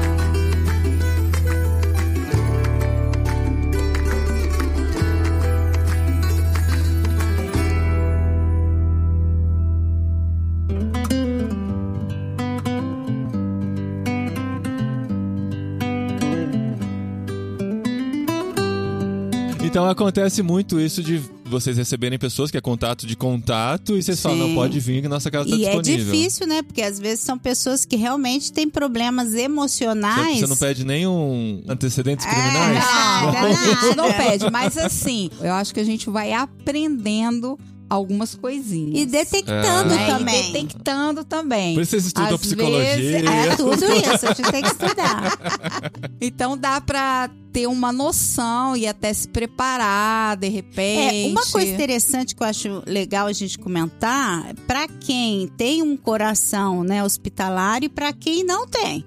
Speaker 2: Então acontece muito isso de vocês receberem pessoas que é contato de contato e vocês falam,
Speaker 4: Sim.
Speaker 2: não pode vir que nossa casa tá
Speaker 4: E é
Speaker 2: disponível.
Speaker 4: difícil, né? Porque às vezes são pessoas que realmente têm problemas emocionais.
Speaker 2: Você não pede nenhum antecedentes criminais?
Speaker 4: nada.
Speaker 1: Não pede, mas assim, eu acho que a gente vai aprendendo algumas coisinhas.
Speaker 4: E detectando
Speaker 1: né?
Speaker 4: também.
Speaker 1: E detectando também.
Speaker 2: Por isso vocês estudam
Speaker 1: Às
Speaker 2: psicologia.
Speaker 1: vezes-
Speaker 4: É tudo isso, a gente tem que estudar.
Speaker 1: Então dá pra ter uma noção e até se preparar, de repente.
Speaker 4: Uma coisa interessante que eu acho legal a gente comentar, para quem tem um coração, né, hospitalar e para quem não tem,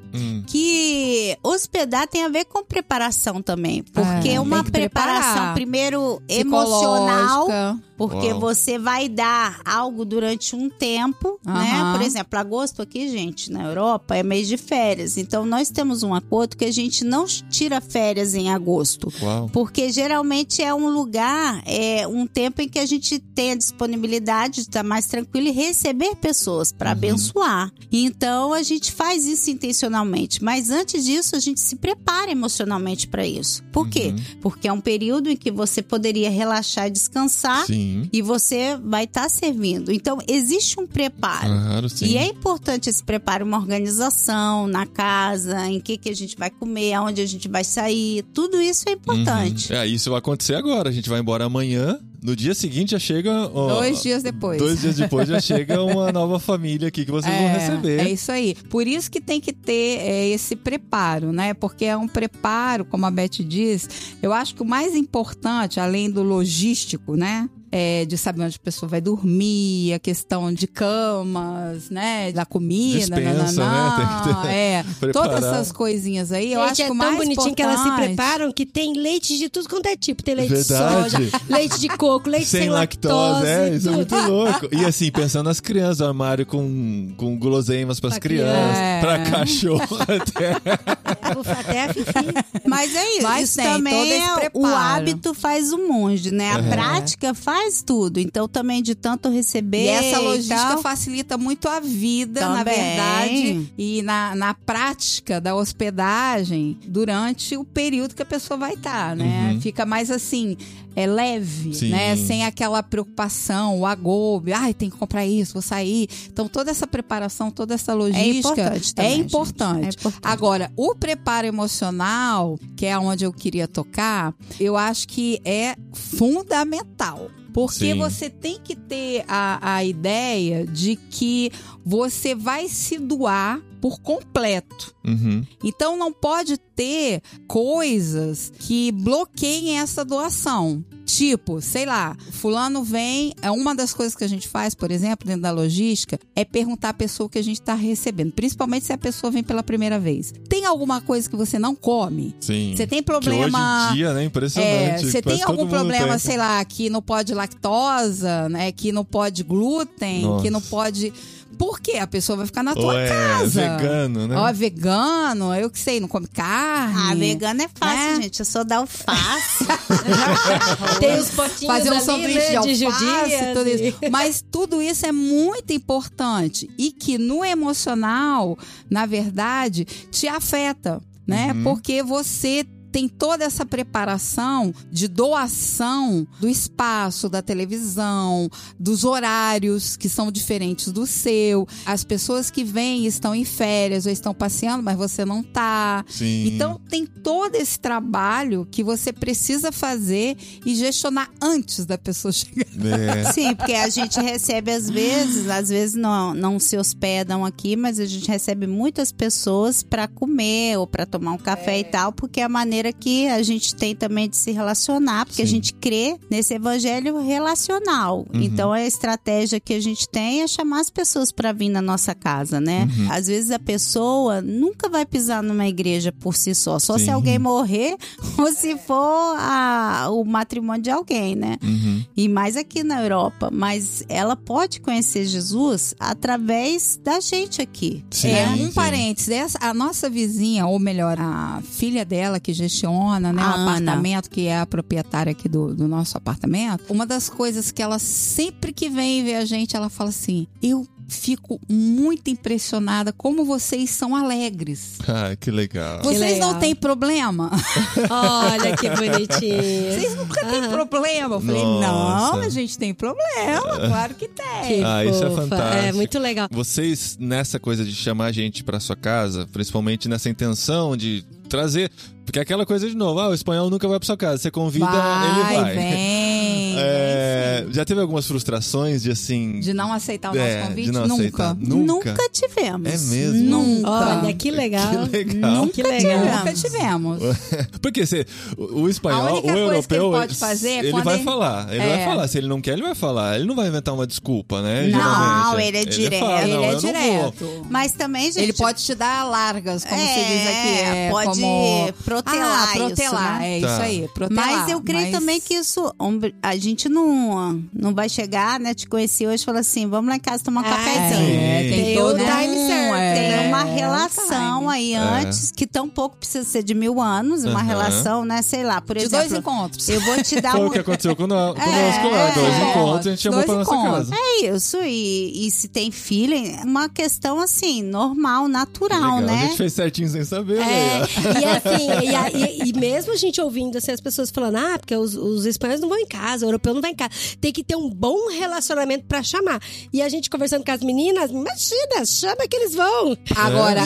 Speaker 4: que hospedar tem a ver com preparação também, porque é uma
Speaker 1: tem que
Speaker 4: preparação
Speaker 1: preparar.
Speaker 4: primeiro emocional,
Speaker 1: Psicológica.
Speaker 4: porque
Speaker 2: Uau.
Speaker 4: você vai dar algo durante um tempo, né?
Speaker 1: Aham.
Speaker 4: Por exemplo, agosto aqui, gente, na Europa é mês de férias, então nós temos um acordo que a gente não tira férias em agosto.
Speaker 2: Uau.
Speaker 4: Porque geralmente é um lugar, um tempo em que a gente tem a disponibilidade de estar mais tranquilo e receber pessoas para abençoar. Então a gente faz isso intencionalmente. Mas antes disso, a gente se prepara emocionalmente para isso. Por quê? Porque é um período em que você poderia relaxar e descansar.
Speaker 2: Sim.
Speaker 4: E você vai estar servindo. Então, existe um preparo.
Speaker 2: Claro, sim.
Speaker 4: E é importante esse preparo, uma organização na casa, em que a gente vai comer, aonde a gente vai sair. Tudo isso é importante.
Speaker 2: Isso vai acontecer agora. A gente vai embora amanhã. No dia seguinte já chega...
Speaker 1: 2 dias depois.
Speaker 2: 2 dias depois já chega uma nova família aqui que vocês vão receber.
Speaker 1: É isso aí. Por isso que tem que ter esse preparo, né? Porque é um preparo, como a Beth diz, eu acho que o mais importante, além do logístico, né? De saber onde a pessoa vai dormir, a questão de camas, né? Da comida,
Speaker 2: Dispensa, né? Tem que ter
Speaker 1: todas
Speaker 2: preparado.
Speaker 1: essas coisinhas aí, eu
Speaker 3: Gente,
Speaker 1: acho que
Speaker 3: é
Speaker 1: o
Speaker 3: tão
Speaker 1: mais
Speaker 3: bonitinho que elas se
Speaker 1: importante-
Speaker 3: preparam que tem leite de tudo quanto é tipo. Tem leite
Speaker 2: Verdade.
Speaker 3: de soja, leite de coco, leite sem,
Speaker 2: Sem lactose, isso é
Speaker 3: tudo.
Speaker 2: muito louco. E assim, pensando nas crianças, o armário com guloseimas pras
Speaker 3: Pra
Speaker 2: crianças,
Speaker 1: criança.
Speaker 2: pra cachorro até.
Speaker 3: Vou até a Fifi.
Speaker 4: Mas é isso.
Speaker 1: Mas
Speaker 4: Isso
Speaker 1: tem
Speaker 4: também
Speaker 1: todo esse
Speaker 4: o
Speaker 1: preparo.
Speaker 4: hábito faz o monge, né? A prática faz tudo. Então, também de tanto receber
Speaker 1: E essa
Speaker 4: e
Speaker 1: logística
Speaker 4: tal.
Speaker 1: facilita muito a vida, na
Speaker 4: Também.
Speaker 1: verdade, e na prática da hospedagem durante o período que a pessoa vai estar, né? Fica mais assim, leve,
Speaker 2: Sim.
Speaker 1: né? Sem aquela preocupação, o agobio, ai, tem que comprar isso, vou sair. Então, toda essa preparação, toda essa logística
Speaker 4: importante também,
Speaker 1: é
Speaker 4: gente.
Speaker 1: importante.
Speaker 4: É importante.
Speaker 1: Agora, o preparo emocional, que é onde eu queria tocar, eu acho que é fundamental. Porque
Speaker 2: Sim.
Speaker 1: você tem que ter a ideia de que você vai se doar por completo. Então não pode ter coisas que bloqueiem essa doação. Tipo, sei lá, fulano vem, uma das coisas que a gente faz, por exemplo, dentro da logística, é perguntar à pessoa o que a gente está recebendo, principalmente se a pessoa vem pela primeira vez. Tem alguma coisa que você não come?
Speaker 2: Sim.
Speaker 1: Você tem problema...
Speaker 2: Que hoje em dia, né? Impressionante.
Speaker 1: Você tem algum problema,
Speaker 2: tem.
Speaker 1: sei lá, que não pode lactosa, né? Que não pode glúten,
Speaker 2: Nossa.
Speaker 1: que não pode... Por quê? A pessoa vai ficar na tua
Speaker 2: Ou
Speaker 1: casa.
Speaker 2: vegano, né?
Speaker 1: Ó, vegano, eu que sei, não come carne.
Speaker 4: Vegano é fácil, gente. Eu sou da alface.
Speaker 3: Tem os potinhos
Speaker 1: Fazer um
Speaker 3: ali,
Speaker 1: sanduíche
Speaker 3: né,
Speaker 1: de alface,
Speaker 3: judias,
Speaker 1: tudo isso. Mas tudo isso é muito importante e que no emocional, na verdade, te afeta, né? Porque você tem toda essa preparação de doação do espaço, da televisão, dos horários que são diferentes do seu. As pessoas que vêm estão em férias ou estão passeando, mas você não tá.
Speaker 2: Sim.
Speaker 1: Então tem todo esse trabalho que você precisa fazer e gestionar antes da pessoa chegar.
Speaker 4: Sim, porque a gente recebe às vezes não se hospedam aqui, mas a gente recebe muitas pessoas para comer ou para tomar um café e tal, porque é a maneira que a gente tem também de se relacionar, porque a gente crê nesse evangelho relacional. Então a estratégia que a gente tem é chamar as pessoas para vir na nossa casa, né? Às vezes a pessoa nunca vai pisar numa igreja por si só se alguém morrer ou se for o matrimônio de alguém, né? E mais aqui na Europa, mas ela pode conhecer Jesus através da gente aqui.
Speaker 1: Parênteses, a nossa vizinha, ou melhor, a filha dela que gestiona, né, o apartamento, que é a proprietária aqui do nosso apartamento, uma das coisas que ela sempre que vem ver a gente, ela fala assim, eu fico muito impressionada como vocês são alegres.
Speaker 2: Ah, que legal.
Speaker 1: Vocês não têm problema?
Speaker 3: Olha que bonitinho.
Speaker 1: Vocês nunca têm problema? Eu falei, não, a gente tem problema, claro que tem.
Speaker 2: Isso é fantástico.
Speaker 3: É muito legal.
Speaker 2: Vocês, nessa coisa de chamar a gente pra sua casa, principalmente nessa intenção de trazer... Porque é aquela coisa de novo, o espanhol nunca vai pra sua casa. Você convida, ele vai.
Speaker 1: Vem.
Speaker 2: Já teve algumas frustrações de assim...
Speaker 1: De não aceitar o nosso convite?
Speaker 2: De não aceitar.
Speaker 4: Nunca tivemos.
Speaker 2: É mesmo?
Speaker 4: Nunca.
Speaker 3: Olha, que legal.
Speaker 2: Que legal.
Speaker 1: Nunca tivemos.
Speaker 2: Porque o espanhol,
Speaker 1: A única
Speaker 2: o
Speaker 1: coisa
Speaker 2: europeu,
Speaker 1: que ele pode fazer é
Speaker 2: ele
Speaker 1: quando
Speaker 2: vai
Speaker 1: ele-
Speaker 2: falar. Ele vai falar. Se ele não quer, ele vai falar. Ele não vai inventar uma desculpa, né?
Speaker 4: Não,
Speaker 2: Geralmente.
Speaker 4: ele é direto.
Speaker 2: Fala,
Speaker 1: Ele
Speaker 2: não,
Speaker 1: é
Speaker 2: eu não vou.
Speaker 1: direto.
Speaker 4: Mas também, gente...
Speaker 1: Ele pode te dar largas, como se diz aqui.
Speaker 4: Pode
Speaker 1: como...
Speaker 4: protelar isso,
Speaker 1: protelar,
Speaker 4: né?
Speaker 1: é
Speaker 2: Tá.
Speaker 1: isso aí, protelar.
Speaker 4: Mas eu creio também que isso... A gente não vai chegar, né? Te conheci hoje e falar assim, vamos lá em casa tomar um cafezinho.
Speaker 1: tem
Speaker 3: Tem
Speaker 1: todo
Speaker 3: o time certo,
Speaker 4: Tem
Speaker 3: né?
Speaker 4: uma relação
Speaker 1: time.
Speaker 4: aí antes, que tão pouco precisa ser de 1000 anos, uma relação, né? Sei lá, por
Speaker 1: De
Speaker 4: exemplo...
Speaker 1: 2 encontros.
Speaker 4: Eu vou te dar
Speaker 2: Foi o que aconteceu conosco lá. 2 encontros, a gente chamou
Speaker 1: 2
Speaker 2: pra nossa
Speaker 1: encontros.
Speaker 2: casa.
Speaker 4: É isso, e se tem filho, é uma questão assim, normal, natural,
Speaker 2: Legal.
Speaker 4: né?
Speaker 2: A gente fez certinho sem saber, né?
Speaker 3: E assim, e mesmo a gente ouvindo assim, as pessoas falando, porque os espanhóis não vão em casa, o europeu não vai em casa. Tem que ter um bom relacionamento pra chamar. E a gente conversando com as meninas, imagina, chama que eles vão.
Speaker 1: Agora,
Speaker 3: E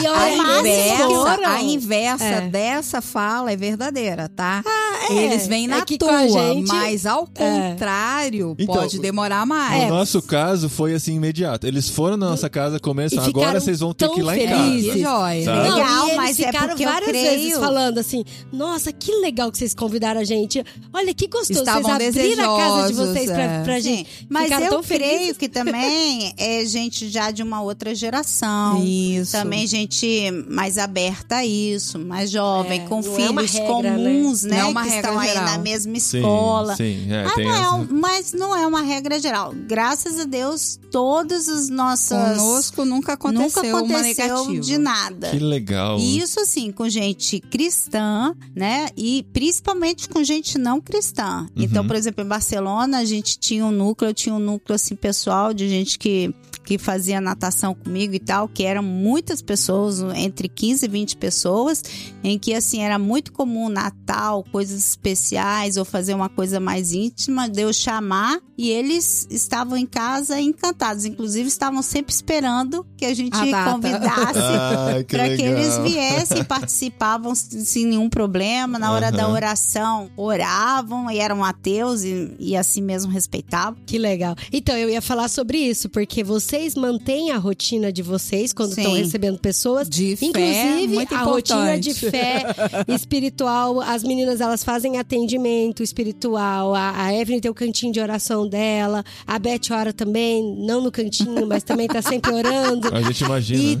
Speaker 3: olha,
Speaker 1: a inversa dessa fala é verdadeira, tá? Eles vêm na
Speaker 3: que
Speaker 1: tua,
Speaker 3: com a gente-
Speaker 1: mas ao contrário,
Speaker 2: Então,
Speaker 1: pode demorar mais.
Speaker 2: No nosso caso, foi assim, imediato. Eles foram na nossa casa, começaram,
Speaker 3: E
Speaker 2: agora
Speaker 3: ficaram
Speaker 2: vocês vão ter
Speaker 3: tão
Speaker 2: que ir lá em
Speaker 3: felizes.
Speaker 2: casa.
Speaker 1: Joia.
Speaker 2: Sabe?
Speaker 4: Legal,
Speaker 3: e eles
Speaker 4: mas é
Speaker 3: ficaram
Speaker 4: porque eu
Speaker 3: várias
Speaker 4: creio-
Speaker 3: vezes falando assim, nossa, que legal que vocês convidaram a gente. Olha, que gostoso.
Speaker 1: Estavam
Speaker 3: vocês abriram a casa de
Speaker 1: desejosos,
Speaker 3: vocês pra
Speaker 4: Sim,
Speaker 3: gente.
Speaker 4: mas
Speaker 3: Ficaram
Speaker 4: eu
Speaker 3: tão
Speaker 4: creio
Speaker 3: felizes.
Speaker 4: que também é gente já de uma outra geração.
Speaker 1: Isso.
Speaker 4: Também gente mais aberta a isso, mais jovem, com
Speaker 3: não é uma
Speaker 4: filhos
Speaker 3: regra,
Speaker 4: comuns,
Speaker 1: né?
Speaker 4: né?
Speaker 1: Não é uma
Speaker 4: que
Speaker 1: regra
Speaker 4: estão aí
Speaker 1: geral.
Speaker 4: na mesma
Speaker 2: Sim,
Speaker 4: escola.
Speaker 2: sim, tem
Speaker 4: não é
Speaker 2: essa.
Speaker 4: mas não é uma regra geral. Graças a Deus, todas as nossas...
Speaker 1: Conosco nunca aconteceu, uma
Speaker 4: Nunca
Speaker 1: negativa.
Speaker 4: aconteceu de nada.
Speaker 2: Que legal.
Speaker 4: E isso, assim, com gente cristã, né? E principalmente com gente não cristã. Então, por exemplo, em Barcelona, a gente tinha um núcleo, assim, pessoal, de gente que fazia natação comigo e tal, que eram muitas pessoas, entre 15 e 20 pessoas, em que, assim, era muito comum Natal, coisas especiais, ou fazer uma coisa mais íntima, de eu chamar, e eles estavam em casa encantados. Inclusive, estavam sempre esperando que a gente
Speaker 1: A data.
Speaker 4: convidasse
Speaker 2: Que
Speaker 4: para que
Speaker 2: legal.
Speaker 4: eles viessem, participavam sem nenhum problema. Na hora da oração, oravam e eram ateus e assim mesmo respeitavam.
Speaker 3: Que legal. Então, eu ia falar sobre isso, porque você vocês mantêm a rotina de vocês quando
Speaker 4: Sim.
Speaker 3: estão recebendo pessoas.
Speaker 1: De fé,
Speaker 3: Inclusive,
Speaker 1: muito
Speaker 3: a rotina de
Speaker 1: importante.
Speaker 3: fé espiritual. As meninas, elas fazem atendimento espiritual. A Evelyn tem o cantinho de oração dela. A Beth ora também, não no cantinho, mas também tá sempre orando.
Speaker 2: A gente imagina.
Speaker 3: E,
Speaker 2: né?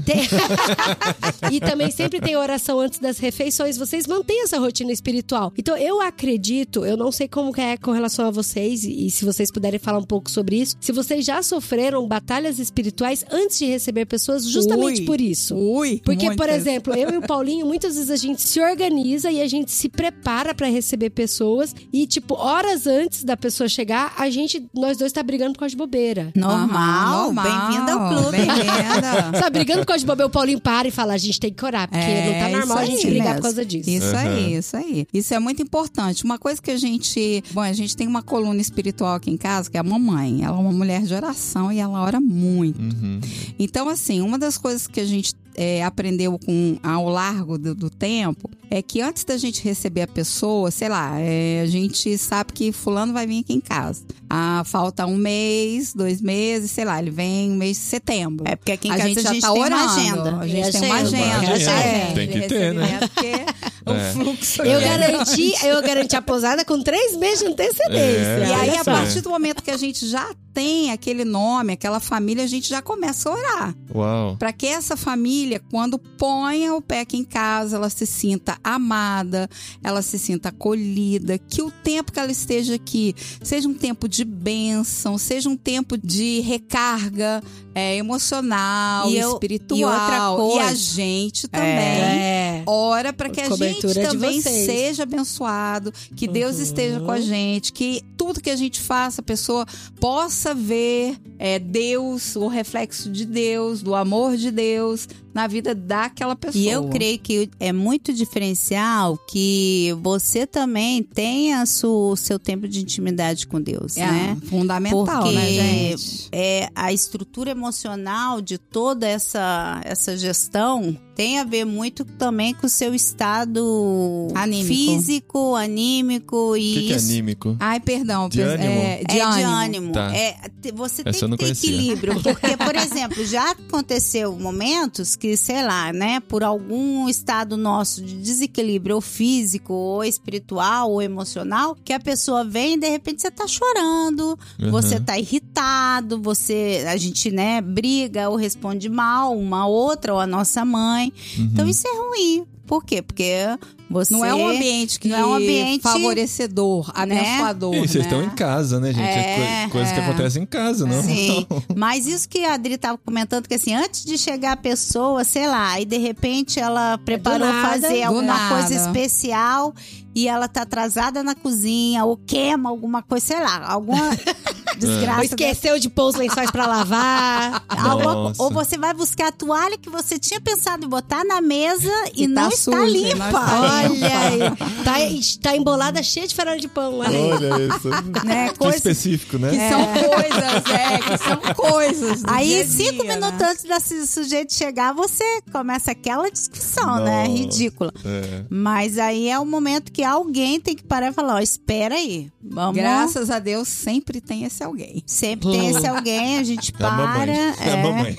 Speaker 3: e também sempre tem oração antes das refeições. Vocês mantêm essa rotina espiritual. Então, eu acredito, eu não sei como que é com relação a vocês, e se vocês puderem falar um pouco sobre isso, se vocês já sofreram batalhas espirituais antes de receber pessoas justamente
Speaker 1: Ui.
Speaker 3: por isso. Porque, por
Speaker 1: muitas.
Speaker 3: exemplo, eu e o Paulinho, muitas vezes a gente se organiza e a gente se prepara pra receber pessoas e, tipo, horas antes da pessoa chegar, nós dois tá brigando por causa de bobeira.
Speaker 4: Normal,
Speaker 1: Normal.
Speaker 4: bem-vindo ao clube.
Speaker 1: Bem-vinda.
Speaker 3: Sabe, brigando por causa de bobeira, o Paulinho para e fala, a gente tem que orar, porque não tá normal a
Speaker 1: isso
Speaker 3: gente
Speaker 1: aí
Speaker 3: brigar
Speaker 1: mesmo.
Speaker 3: por causa disso.
Speaker 1: Isso
Speaker 2: Uhum.
Speaker 1: aí, isso aí. Isso é muito importante. Uma coisa que a gente tem uma coluna espiritual aqui em casa, que é a mamãe. Ela é uma mulher de oração e ela ora muito.
Speaker 2: Uhum.
Speaker 1: Então, assim, uma das coisas que a gente aprendeu ao largo do tempo é que antes da gente receber a pessoa, sei lá, a gente sabe que fulano vai vir aqui em casa. Falta 1 mês, 2 meses, sei lá, ele vem no mês de setembro.
Speaker 4: É porque aqui em
Speaker 1: a
Speaker 4: casa
Speaker 1: gente já
Speaker 4: a gente
Speaker 1: tá
Speaker 4: tem
Speaker 1: orando.
Speaker 4: uma agenda.
Speaker 1: A gente tem uma
Speaker 3: Agenda.
Speaker 1: agenda.
Speaker 2: Tem que ter, né?
Speaker 1: Porque o fluxo
Speaker 3: Eu
Speaker 1: aqui
Speaker 3: garanti a posada com 3 meses de antecedência.
Speaker 1: E aí,
Speaker 3: Olha
Speaker 1: a
Speaker 3: só.
Speaker 1: partir do momento que a gente já tem aquele nome, aquela família, a gente já começa a orar.
Speaker 2: Uau.
Speaker 1: Para que essa família, quando ponha o pé aqui em casa, ela se sinta amada, ela se sinta acolhida, que o tempo que ela esteja aqui seja um tempo de bênção, seja um tempo de recarga emocional, espiritual.
Speaker 4: e outra coisa.
Speaker 1: E a gente também ora para que a gente
Speaker 3: Cobertura de
Speaker 1: também
Speaker 3: vocês.
Speaker 1: seja abençoado, que Deus esteja com a gente, que tudo que a gente faça, a pessoa possa ver Deus, o reflexo de Deus, do amor de Deus na vida daquela pessoa.
Speaker 4: E eu creio que é muito diferencial que você também tenha o seu tempo de intimidade com Deus, né?
Speaker 1: Fundamental,
Speaker 4: Porque
Speaker 1: né, gente?
Speaker 4: a estrutura emocional de toda essa gestão tem a ver muito também com o seu estado
Speaker 1: Anímico.
Speaker 4: físico, anímico e
Speaker 2: O que é
Speaker 4: isso.
Speaker 2: anímico?
Speaker 1: Ai, perdão.
Speaker 2: De ânimo?
Speaker 4: De ânimo.
Speaker 2: Tá.
Speaker 4: Você
Speaker 2: Essa eu
Speaker 4: tem
Speaker 2: não
Speaker 4: que ter
Speaker 2: conhecia.
Speaker 4: equilíbrio. Porque, por exemplo, já aconteceu momentos que, sei lá, né, por algum estado nosso de desequilíbrio ou físico, ou espiritual, ou emocional, que a pessoa vem e de repente você tá chorando,
Speaker 2: Uhum.
Speaker 4: você tá irritado, a gente, né, briga ou responde mal uma outra ou a nossa mãe. Então isso é ruim. Por quê? Porque você...
Speaker 1: Não é um ambiente que
Speaker 4: não é um ambiente
Speaker 1: favorecedor, abençoador,
Speaker 2: E vocês
Speaker 1: né?
Speaker 2: estão em casa, né, gente? Coisas que acontecem em casa, não?
Speaker 4: Sim, mas isso que a Adri estava comentando, que assim, antes de chegar a pessoa, sei lá, e de repente ela preparou fazer alguma coisa especial e ela tá atrasada na cozinha, ou queima alguma coisa, sei lá, alguma desgraça.
Speaker 3: Ou esqueceu de pôr os lençóis pra lavar.
Speaker 2: Nossa.
Speaker 4: Ou você vai buscar a toalha que você tinha pensado em botar na mesa e
Speaker 1: tá
Speaker 4: não está
Speaker 1: suja,
Speaker 4: limpa.
Speaker 1: não está
Speaker 3: Olha aí. Tá embolada cheia de farelo de pão. Olha aí.
Speaker 2: Olha isso.
Speaker 4: Né,
Speaker 2: Que
Speaker 4: coisa-
Speaker 2: específico, né?
Speaker 1: Que são coisas, que são coisas do
Speaker 4: Aí,
Speaker 1: dia a dia,
Speaker 4: 5 minutos
Speaker 1: né?
Speaker 4: antes desse sujeito chegar, você começa aquela discussão, né?
Speaker 2: Nossa.
Speaker 4: Ridícula.
Speaker 2: É.
Speaker 4: Mas aí é o momento que alguém tem que parar e falar, ó, espera aí. Vamos...
Speaker 1: Graças a Deus, sempre tem esse alguém.
Speaker 4: Sempre tem esse alguém, a gente
Speaker 2: É a mamãe.
Speaker 4: para.
Speaker 2: É a mamãe.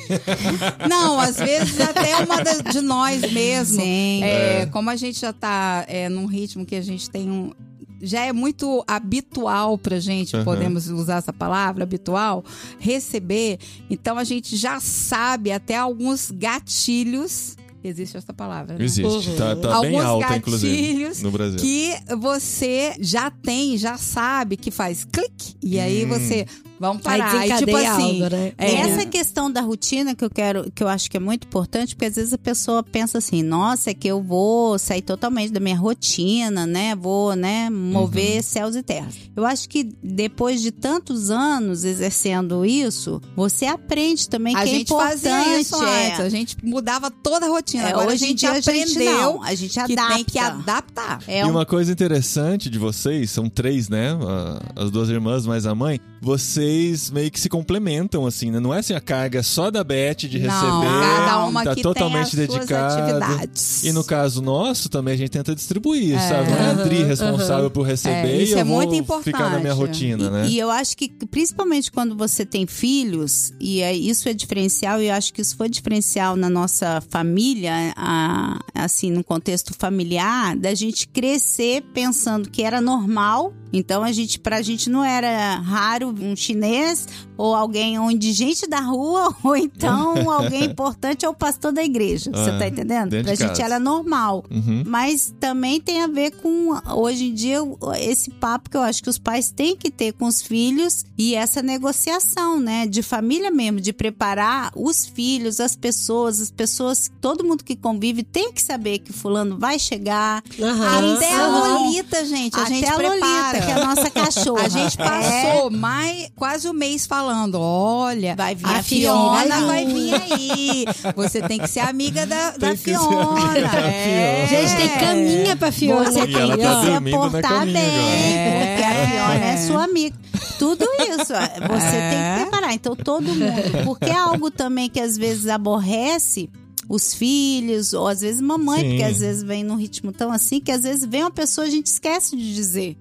Speaker 1: Não, às vezes até uma de nós mesmo.
Speaker 4: Sim.
Speaker 1: Como a gente já tá num ritmo que a gente tem já é muito habitual pra gente,
Speaker 2: Uhum.
Speaker 1: podemos usar essa palavra, habitual, receber. Então a gente já sabe até alguns gatilhos. Existe essa palavra, né?
Speaker 2: Existe. Tá bem
Speaker 1: Alguns
Speaker 2: alta, inclusive,
Speaker 1: gatilhos
Speaker 2: no Brasil.
Speaker 1: que você já tem, já sabe que faz clique. E aí você... Vamos
Speaker 3: Aí
Speaker 1: parar. E tipo
Speaker 3: desencadeia
Speaker 1: assim...
Speaker 3: algo, né?
Speaker 4: Essa questão da rotina que eu acho que é muito importante, porque às vezes a pessoa pensa assim, nossa, é que eu vou sair totalmente da minha rotina, né? Vou, né, mover céus e terras. Eu acho que depois de tantos anos exercendo isso, você aprende também que
Speaker 1: A
Speaker 4: é
Speaker 1: gente
Speaker 4: importante.
Speaker 1: fazia isso antes, a gente mudava toda a rotina. Agora
Speaker 4: hoje
Speaker 1: a
Speaker 4: em
Speaker 1: gente
Speaker 4: dia
Speaker 1: aprendeu
Speaker 4: não, a gente
Speaker 1: que tem que
Speaker 4: adapta.
Speaker 1: adaptar.
Speaker 2: E uma coisa interessante de vocês, são 3, né? As 2 irmãs mais a mãe. vocês meio que se complementam, assim, né? Não é assim a carga só da Beth de receber,
Speaker 1: cada uma
Speaker 2: tá
Speaker 1: que
Speaker 2: totalmente
Speaker 1: tem as suas
Speaker 2: dedicada.
Speaker 1: atividades.
Speaker 2: E no caso nosso, também a gente tenta distribuir, sabe? Não é a Adri responsável por receber
Speaker 1: isso
Speaker 2: e eu
Speaker 1: é
Speaker 2: vou
Speaker 1: muito importante.
Speaker 2: ficar na minha rotina, né?
Speaker 4: E eu acho que, principalmente quando você tem filhos, e isso é diferencial, e eu acho que isso foi diferencial na nossa família, assim, no contexto familiar, da gente crescer pensando que era normal. Então, pra gente não era raro um chinês ou alguém gente da rua, ou então alguém importante é o pastor da igreja. Você tá entendendo? Pra gente era normal. Mas também tem a ver com, hoje em dia, esse papo que eu acho que os pais têm que ter com os filhos e essa negociação, né? De família mesmo, de preparar os filhos, as pessoas, todo mundo que convive tem que saber que fulano vai chegar.
Speaker 1: Até a Lolita, gente, a gente prepara.
Speaker 4: Lolita, que é a nossa cachorra.
Speaker 1: A gente passou quase um mês falando, olha,
Speaker 4: vai vir
Speaker 1: a Fiona vai vir aí. Você tem que ser amiga da Fiona.
Speaker 3: Gente, tem caminha pra Fiona.
Speaker 4: Você tem
Speaker 2: ela
Speaker 4: que
Speaker 2: tá
Speaker 4: se
Speaker 2: dormindo na
Speaker 4: portar
Speaker 2: caminha
Speaker 4: bem, porque a Fiona é sua amiga. Tudo isso, você tem que preparar. Então, todo mundo. Porque é algo também que às vezes aborrece os filhos, ou às vezes mamãe, porque às vezes vem num ritmo tão assim, que às vezes vem uma pessoa e a gente esquece de dizer.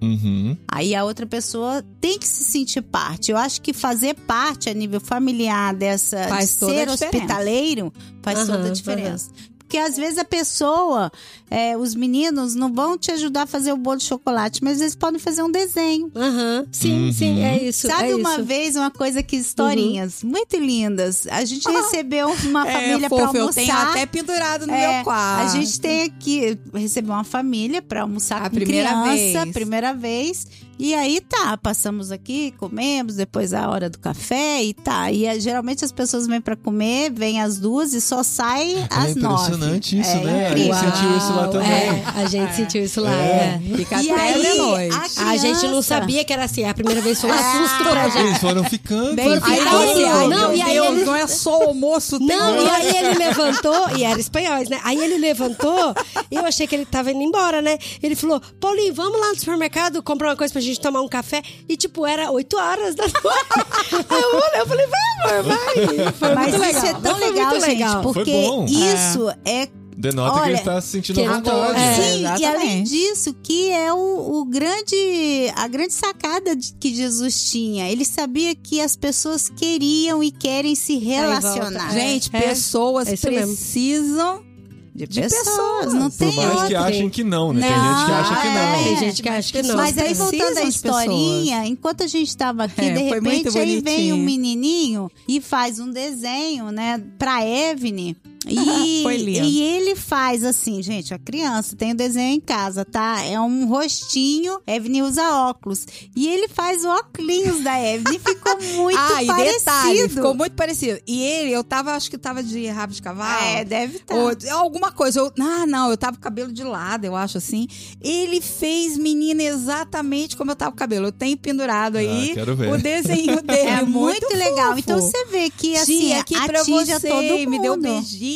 Speaker 4: Aí a outra pessoa tem que se sentir parte. Eu acho que fazer parte a nível familiar dessa,
Speaker 1: faz
Speaker 4: de ser hospitaleiro, faz toda a diferença. Porque às vezes a pessoa, os meninos não vão te ajudar a fazer o bolo de chocolate, mas eles podem fazer um desenho.
Speaker 3: Sim, é isso.
Speaker 4: Sabe uma vez, uma coisa que historinhas muito lindas. A gente recebeu uma família para almoçar.
Speaker 1: Eu tenho até pendurado no meu quarto.
Speaker 4: A gente tem aqui, recebeu uma família para almoçar com primeira vez. E aí passamos aqui, comemos, depois a hora do café e E geralmente as pessoas vêm pra comer, vêm às 2 e só saem às 9.
Speaker 2: É impressionante isso, né? A gente sentiu isso lá também.
Speaker 3: A gente sentiu isso lá.
Speaker 1: Fica até de noite.
Speaker 3: A gente não sabia que era assim. A primeira vez foi um susto pra gente.
Speaker 2: Eles foram ficando.
Speaker 1: Não é só o almoço.
Speaker 3: Não, e aí ele levantou, e era espanhóis, né? Aí ele levantou, e eu achei que ele tava indo embora, né? Ele falou, Paulinho, vamos lá no supermercado comprar uma coisa pra gente tomar um café. E era 8 horas da noite. Eu falei, vai, amor, vai. Foi
Speaker 4: Mas
Speaker 3: muito
Speaker 4: isso
Speaker 3: legal.
Speaker 4: é tão legal, gente, porque
Speaker 2: isso
Speaker 4: é...
Speaker 2: Denota que ele está se sentindo à vontade.
Speaker 4: Sim, e além disso, que é a grande sacada que Jesus tinha. Ele sabia que as pessoas queriam e querem se relacionar.
Speaker 1: Gente, pessoas precisam de pessoas.
Speaker 4: Não tem
Speaker 2: Por mais que achem que não, né? Tem gente que acha que não.
Speaker 3: Tem gente que acha que não.
Speaker 4: Mas aí, voltando à historinha, enquanto a gente estava aqui, de repente, aí vem um menininho e faz um desenho, né, pra Evne.
Speaker 1: Foi lindo.
Speaker 4: E ele faz assim, gente, a criança tem o desenho em casa, tá? É um rostinho, Evne usa óculos. E ele faz o óculos da Evne e ficou muito parecido.
Speaker 1: E detalhe, ficou muito parecido. E ele, acho que tava de rabo de cavalo.
Speaker 4: Deve estar.
Speaker 1: Ou alguma coisa. Eu tava com o cabelo de lado, eu acho assim. Ele fez, menina, exatamente como eu tava com o cabelo. Eu tenho pendurado aí o desenho dele.
Speaker 4: É muito legal.
Speaker 1: Fofo.
Speaker 4: Então você vê que assim,
Speaker 1: aqui pra
Speaker 4: atinge
Speaker 1: você,
Speaker 4: todo mundo.
Speaker 1: me deu um beijinho.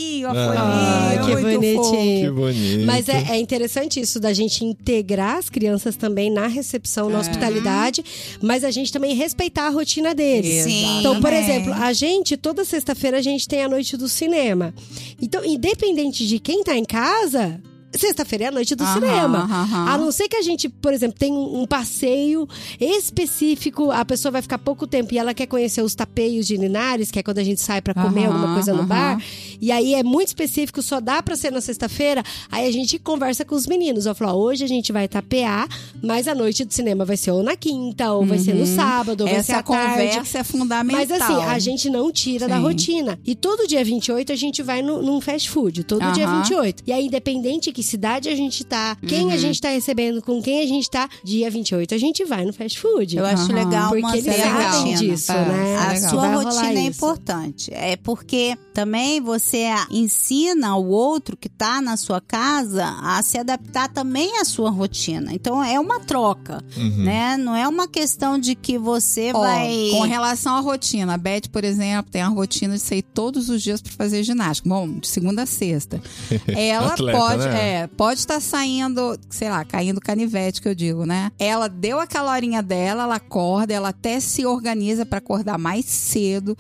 Speaker 3: Que bonitinho.
Speaker 2: Que bonito.
Speaker 3: Mas é interessante isso da gente integrar as crianças também na recepção, na hospitalidade, mas a gente também respeitar a rotina deles.
Speaker 4: Sim.
Speaker 3: Então, por exemplo, a gente, toda sexta-feira, a gente tem a noite do cinema. Então, independente de quem tá em casa, sexta-feira é a noite do cinema. A não ser que a gente, por exemplo, tem um passeio específico, a pessoa vai ficar pouco tempo e ela quer conhecer os tapeios de Linares, que é quando a gente sai pra comer alguma coisa no bar. E aí é muito específico, só dá pra ser na sexta-feira. Aí a gente conversa com os meninos. Eu falo, hoje a gente vai tapear, mas a noite do cinema vai ser ou na quinta, ou vai ser no sábado, ou vai ser à tarde.
Speaker 1: Essa conversa é fundamental.
Speaker 3: Mas assim, a gente não tira da rotina. E todo dia 28 a gente vai num fast food. Todo dia 28. E aí, independente que cidade a gente tá, quem a gente tá recebendo, com quem a gente tá, dia 28 a gente vai no fast food.
Speaker 4: Eu acho legal
Speaker 3: porque eles sabem disso, né?
Speaker 4: A sua rotina é
Speaker 3: isso.
Speaker 4: importante. É porque também você ensina o outro que tá na sua casa a se adaptar também à sua rotina. Então é uma troca, né? Não é uma questão de que você vai...
Speaker 1: Com relação à rotina, a Beth, por exemplo, tem a rotina de sair todos os dias pra fazer ginástica. Bom, de segunda a sexta. Ela
Speaker 2: Atleta,
Speaker 1: pode...
Speaker 2: né?
Speaker 1: Pode estar saindo, sei lá, caindo canivete, que eu digo, né? Ela deu aquela horinha dela, ela acorda, ela até se organiza pra acordar mais cedo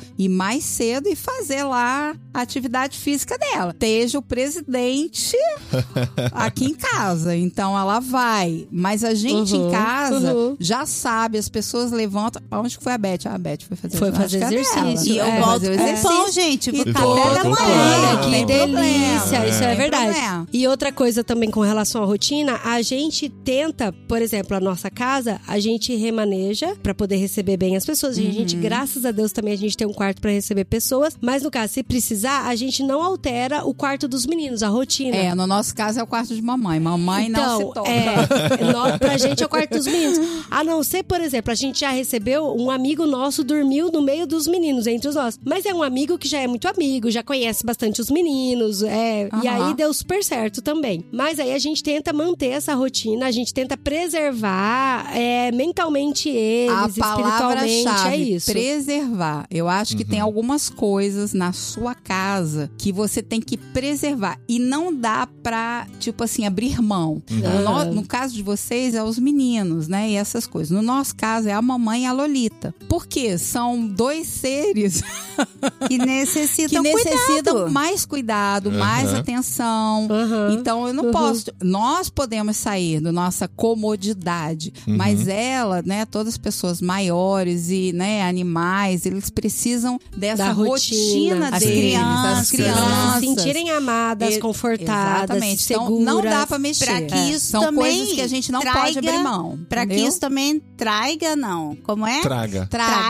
Speaker 1: e fazer lá a atividade física dela. Esteja o presidente aqui em casa, então ela vai. Mas a gente em casa já sabe, as pessoas levantam. Onde que foi a Beth? A Beth foi fazer
Speaker 3: exercício.
Speaker 4: E eu volto com pão, gente, pro café da manhã.
Speaker 3: Que delícia, isso é verdade.
Speaker 1: Problema.
Speaker 3: E outra coisa também com relação à rotina, a gente tenta, por exemplo, a nossa casa, a gente remaneja pra poder receber bem as pessoas. A gente, graças a Deus, também a gente tem um quarto pra receber pessoas. Mas no caso, se precisar, a gente não altera o quarto dos meninos, a rotina.
Speaker 1: No nosso caso é o quarto de mamãe. Mamãe não se toca.
Speaker 3: Pra gente é o quarto dos meninos. A não ser, por exemplo, a gente já recebeu um amigo nosso dormiu no meio dos meninos, entre os nossos. Mas é um amigo que já é muito amigo, já conhece bastante os meninos, e aí deu super certo também. Mas aí a gente tenta manter essa rotina, a gente tenta preservar mentalmente eles, espiritualmente, é isso.
Speaker 1: Preservar. Eu acho que tem algumas coisas na sua casa que você tem que preservar. E não dá pra, tipo assim, abrir mão. No caso de vocês, é os meninos, né? E essas coisas. No nosso caso, é a mamãe e a Lolita. Por quê? São dois seres
Speaker 4: que necessitam
Speaker 1: mais cuidado, mais atenção. Então, eu não posso... Nós podemos sair da nossa comodidade, mas ela, né? Todas as pessoas maiores e, né, animais, eles precisam dessa rotina deles. As crianças.
Speaker 3: Se sentirem amadas, confortadas, seguras.
Speaker 1: Então, não dá pra mexer.
Speaker 4: Pra que isso
Speaker 1: são
Speaker 4: também
Speaker 1: coisas que a gente não pode abrir mão.
Speaker 4: Pra que isso também traga, não. Como é?
Speaker 2: Traga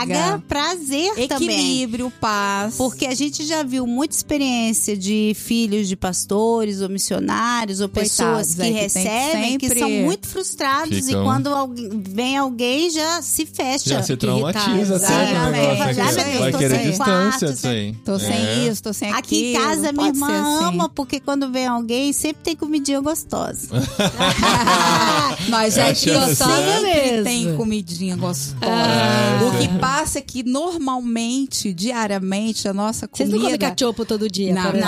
Speaker 4: prazer também.
Speaker 1: Equilíbrio, paz.
Speaker 4: Porque a gente já viu muita experiência de filhos de pastores ou missionários ou pessoas que recebem, que são muito frustrados e quando vem alguém já se fecha.
Speaker 2: Já se traumatiza até. Vai querer distância disso aí.
Speaker 1: Tô sem isso, tô sem aquilo.
Speaker 4: Aqui em casa minha irmã ama porque quando vem alguém sempre tem comidinha gostosa.
Speaker 1: Nós aqui sempre
Speaker 3: mesmo.
Speaker 1: tem comidinha gostosa. O que passa é que normalmente, diariamente, a nossa comida...
Speaker 3: Vocês não comem cachopo todo dia,
Speaker 1: não,
Speaker 3: por exemplo?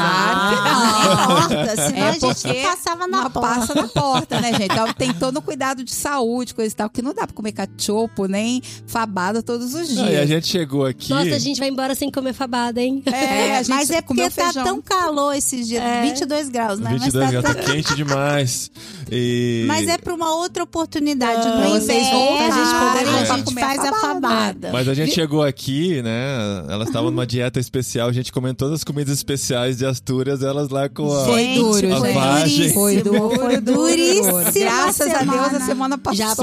Speaker 4: Não importa, senão a gente
Speaker 1: porque
Speaker 4: não passava na porta.
Speaker 1: Passa na porta, né, gente? Então tem todo o cuidado de saúde, coisa e tal, que não dá pra comer cachopo nem fabada todos os dias.
Speaker 2: E a gente chegou aqui...
Speaker 3: Nossa, a gente vai embora sem comer fabada, hein?
Speaker 4: Mas é porque tá tão calor esses dias, 22 graus, né?
Speaker 2: 22 graus, tá quente demais.
Speaker 4: Mas é pra uma outra oportunidade. No
Speaker 1: vocês
Speaker 4: inverno, a gente
Speaker 1: comer
Speaker 4: faz a fabada.
Speaker 2: Mas a gente chegou aqui, né? Elas estavam numa dieta especial, a gente comendo todas as comidas especiais de Astúrias, elas lá com a vagem.
Speaker 1: Foi duríssimo. Graças a Deus, a semana passada.
Speaker 3: Já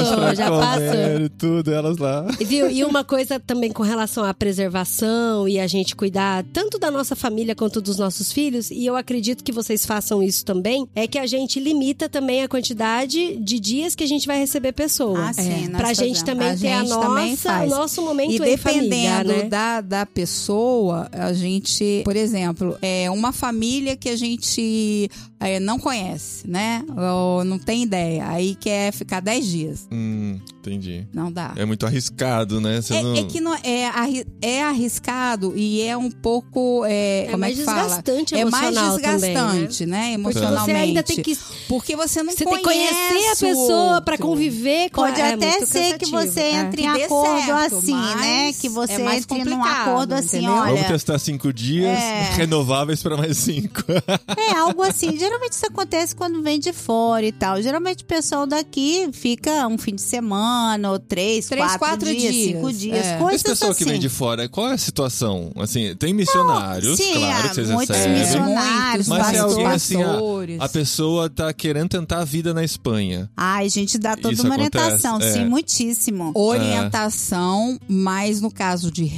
Speaker 3: passou.
Speaker 2: E tudo, elas lá.
Speaker 3: Viu? E uma coisa também com relação à preservação e a gente cuidar tanto da nossa família quanto dos nossos filhos, e eu acredito que vocês façam isso também, é que a gente limita também a quantidade de dias que a gente vai receber pessoa.
Speaker 4: Sim,
Speaker 3: pra gente também ter o nosso momento
Speaker 1: e
Speaker 3: em família,
Speaker 1: dependendo
Speaker 3: né?
Speaker 1: da pessoa, a gente, por exemplo, uma família que a gente não conhece, né? Ou não tem ideia, aí quer ficar 10 dias.
Speaker 2: Entendi.
Speaker 1: Não dá.
Speaker 2: É muito arriscado, né?
Speaker 1: É que não é arriscado e é um pouco como
Speaker 3: mais
Speaker 1: é que fala?
Speaker 3: desgastante
Speaker 1: é mais
Speaker 3: emocional
Speaker 1: desgastante,
Speaker 3: também,
Speaker 1: né?
Speaker 3: Porque
Speaker 1: Emocionalmente.
Speaker 3: você ainda tem que...
Speaker 1: Porque você não
Speaker 3: tem que conhecer a pessoa pra conviver com
Speaker 4: Pode
Speaker 3: ela.
Speaker 4: até ser que você entre em acordo assim, né? Que você entre num acordo assim,
Speaker 1: entendeu?
Speaker 4: olha...
Speaker 2: Vamos testar 5 dias renováveis pra mais 5.
Speaker 4: Algo assim. Geralmente isso acontece quando vem de fora e tal. Geralmente o pessoal daqui fica um fim de semana, ou 3, 4 dias, 5 dias. Coisas
Speaker 2: Esse pessoal
Speaker 4: assim.
Speaker 2: que vem de fora, qual é a situação? Assim, tem missionários, claro que vocês
Speaker 4: muitos
Speaker 2: recebem.
Speaker 4: missionários,
Speaker 2: mas é alguém assim,
Speaker 1: pastores.
Speaker 2: a pessoa tá querendo tentar a vida na Espanha.
Speaker 4: A gente dá toda
Speaker 2: Isso
Speaker 4: uma
Speaker 2: acontece,
Speaker 4: orientação, sim, muitíssimo.
Speaker 1: Orientação, mas no caso de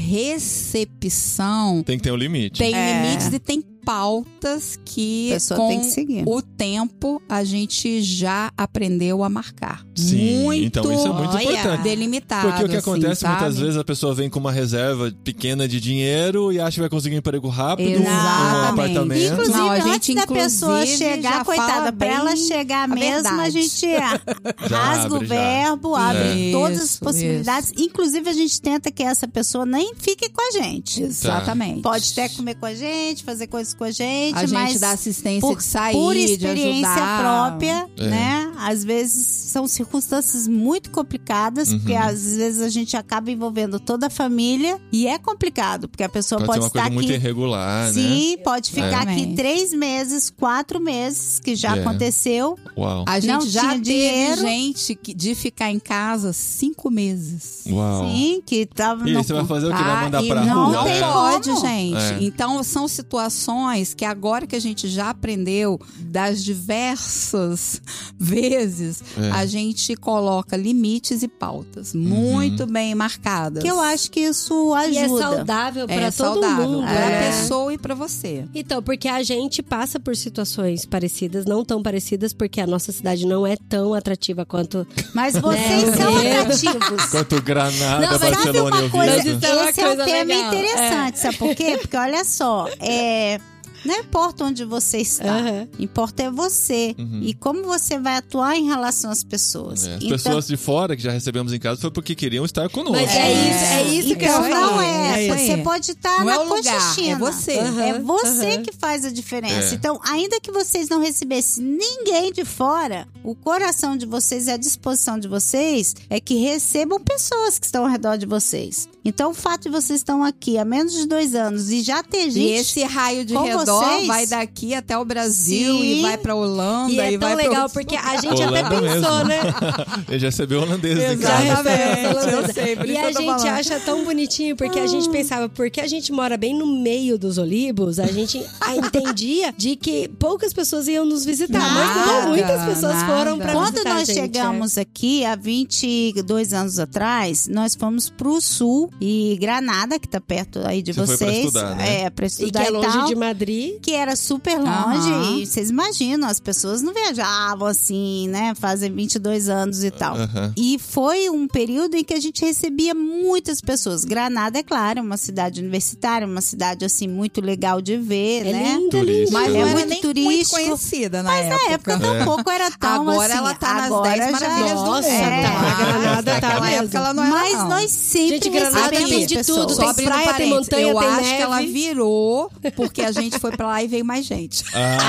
Speaker 1: recepção...
Speaker 2: Tem que ter um limite.
Speaker 1: Tem limites e tem pautas que
Speaker 4: tem que seguir.
Speaker 1: O tempo a gente já aprendeu a marcar.
Speaker 2: Sim,
Speaker 1: muito,
Speaker 2: então isso é muito importante.
Speaker 1: Delimitado.
Speaker 2: Porque o que acontece
Speaker 1: assim,
Speaker 2: muitas vezes a pessoa vem com uma reserva pequena de dinheiro e acha que vai conseguir um emprego rápido, um apartamento.
Speaker 4: Inclusive,
Speaker 1: não, a gente,
Speaker 4: antes da pessoa chegar, coitada, pra ela chegar mesmo, a gente rasga o verbo, abre todas as possibilidades. Isso. Inclusive, a gente tenta que essa pessoa nem fique com a gente.
Speaker 1: Exatamente.
Speaker 4: Pode até comer com a gente, fazer coisas com a gente,
Speaker 1: A
Speaker 4: mas
Speaker 1: gente dá assistência
Speaker 4: por,
Speaker 1: de sair,
Speaker 4: por
Speaker 1: de
Speaker 4: experiência
Speaker 1: ajudar.
Speaker 4: própria, né? Às vezes são circunstâncias muito complicadas, porque às vezes a gente acaba envolvendo toda a família e é complicado, porque a pessoa
Speaker 2: Pode
Speaker 4: pode
Speaker 2: ser uma
Speaker 4: estar
Speaker 2: coisa muito
Speaker 4: aqui.
Speaker 2: irregular, né?
Speaker 4: Sim, pode ficar aqui
Speaker 1: Exatamente.
Speaker 4: 3 meses, 4 meses, que já
Speaker 2: É.
Speaker 4: aconteceu.
Speaker 2: Uau.
Speaker 1: A
Speaker 4: Não
Speaker 1: gente já
Speaker 4: tinha
Speaker 1: teve
Speaker 4: dinheiro.
Speaker 1: gente de ficar em casa 5 meses.
Speaker 2: Uau.
Speaker 4: Sim, que tava
Speaker 2: E
Speaker 4: no...
Speaker 2: aí, você vai fazer o que? Vai mandar
Speaker 1: e
Speaker 2: pra
Speaker 1: não
Speaker 2: rua?
Speaker 4: Não tem
Speaker 1: pode,
Speaker 4: como.
Speaker 1: gente.
Speaker 2: É.
Speaker 1: Então, são situações que agora que a gente já aprendeu das diversas vezes, a gente coloca limites e pautas muito bem marcadas.
Speaker 4: Que eu acho que isso ajuda.
Speaker 3: E é saudável pra
Speaker 1: é
Speaker 3: todo
Speaker 1: saudável
Speaker 3: mundo,
Speaker 1: para
Speaker 3: né?
Speaker 1: a pessoa e para você.
Speaker 3: Então, porque a gente passa por situações parecidas, não tão parecidas, porque a nossa cidade não é tão atrativa quanto...
Speaker 4: Mas vocês são atrativos.
Speaker 2: Quanto Granada,
Speaker 3: Não, mas sabe
Speaker 2: Barcelona e
Speaker 4: uma coisa?
Speaker 2: Oviedo.
Speaker 3: Isso é uma
Speaker 4: Esse é um
Speaker 3: coisa
Speaker 4: tema
Speaker 3: legal.
Speaker 4: interessante, sabe por quê? Porque olha só, não importa onde você está,
Speaker 3: Aham.
Speaker 4: importa é você e como você vai atuar em relação às pessoas.
Speaker 2: É, as
Speaker 4: Então,
Speaker 2: pessoas de fora que já recebemos em casa foi porque queriam estar conosco.
Speaker 3: Mas é isso que eu
Speaker 4: então
Speaker 3: ia
Speaker 4: não
Speaker 3: falar.
Speaker 4: é.
Speaker 1: isso aí.
Speaker 4: Você pode estar
Speaker 1: Não
Speaker 4: na
Speaker 1: é o lugar,
Speaker 4: Cochichina.
Speaker 1: é você.
Speaker 4: É você
Speaker 3: Aham.
Speaker 4: que faz a diferença.
Speaker 2: É.
Speaker 4: Então, ainda que vocês não recebessem ninguém de fora, o coração de vocês e a disposição de vocês é que recebam pessoas que estão ao redor de vocês. Então, o fato de vocês estão aqui há menos de 2 anos e já ter gente...
Speaker 1: E esse raio de
Speaker 4: com
Speaker 1: redor
Speaker 4: vocês?
Speaker 1: vai daqui até o Brasil
Speaker 4: Sim.
Speaker 1: e vai pra Holanda
Speaker 3: E é tão
Speaker 1: vai pra
Speaker 3: legal,
Speaker 1: outros
Speaker 3: porque a
Speaker 1: lugares.
Speaker 3: gente até
Speaker 2: Holanda
Speaker 3: pensou,
Speaker 2: mesmo.
Speaker 3: né?
Speaker 2: Ele já recebeu holandeses em
Speaker 1: Exatamente.
Speaker 2: casa.
Speaker 1: Eu sei, por
Speaker 3: E
Speaker 1: isso
Speaker 3: a
Speaker 1: que eu tô
Speaker 3: gente
Speaker 1: falando.
Speaker 3: acha tão bonitinho, porque a gente pensava, porque a gente mora bem no meio dos olivos, a gente entendia de que poucas pessoas iam nos visitar. Mas não,
Speaker 1: Nada,
Speaker 3: muitas pessoas
Speaker 1: nada.
Speaker 3: foram pra
Speaker 4: Quando
Speaker 3: visitar
Speaker 4: nós
Speaker 3: a gente,
Speaker 4: chegamos aqui, há 22 anos atrás, nós fomos pro sul e Granada, que tá perto aí de
Speaker 2: Você foi
Speaker 4: vocês.
Speaker 2: pra estudar, né?
Speaker 4: É, pra
Speaker 3: E que
Speaker 4: estudar
Speaker 3: é longe
Speaker 4: tal.
Speaker 3: de Madrid.
Speaker 4: Que era super longe.
Speaker 1: Aham.
Speaker 4: E vocês imaginam, as pessoas não viajavam assim, né? Fazem 22 anos e tal.
Speaker 2: Aham.
Speaker 4: E foi um período em que a gente recebia muitas pessoas. Granada, é claro, uma cidade universitária, uma cidade assim muito legal de ver,
Speaker 3: É
Speaker 4: né?
Speaker 3: linda,
Speaker 2: Turística.
Speaker 3: linda.
Speaker 1: Mas
Speaker 4: É
Speaker 1: não era
Speaker 4: muito
Speaker 1: nem
Speaker 4: turístico.
Speaker 1: muito conhecida na
Speaker 4: Mas
Speaker 1: época.
Speaker 4: na época tampouco era tão
Speaker 1: Agora
Speaker 4: assim.
Speaker 1: ela tá nas
Speaker 4: Agora
Speaker 1: 10
Speaker 4: já-
Speaker 1: maravilhas do
Speaker 3: Nossa,
Speaker 1: mundo.
Speaker 3: tá. Granada tá
Speaker 1: Naquela
Speaker 3: mesmo.
Speaker 1: época ela não era,
Speaker 4: Mas
Speaker 1: não.
Speaker 4: nós sempre
Speaker 3: Gente, Granada
Speaker 4: recebemos
Speaker 3: tem de
Speaker 4: pessoas.
Speaker 3: tudo,
Speaker 1: Só
Speaker 3: tem
Speaker 1: abrindo
Speaker 3: praia, tem
Speaker 1: parênteses,
Speaker 3: montanha,
Speaker 1: eu
Speaker 3: tem
Speaker 1: acho
Speaker 3: neve.
Speaker 1: que ela virou porque a gente foi pra lá e veio mais gente.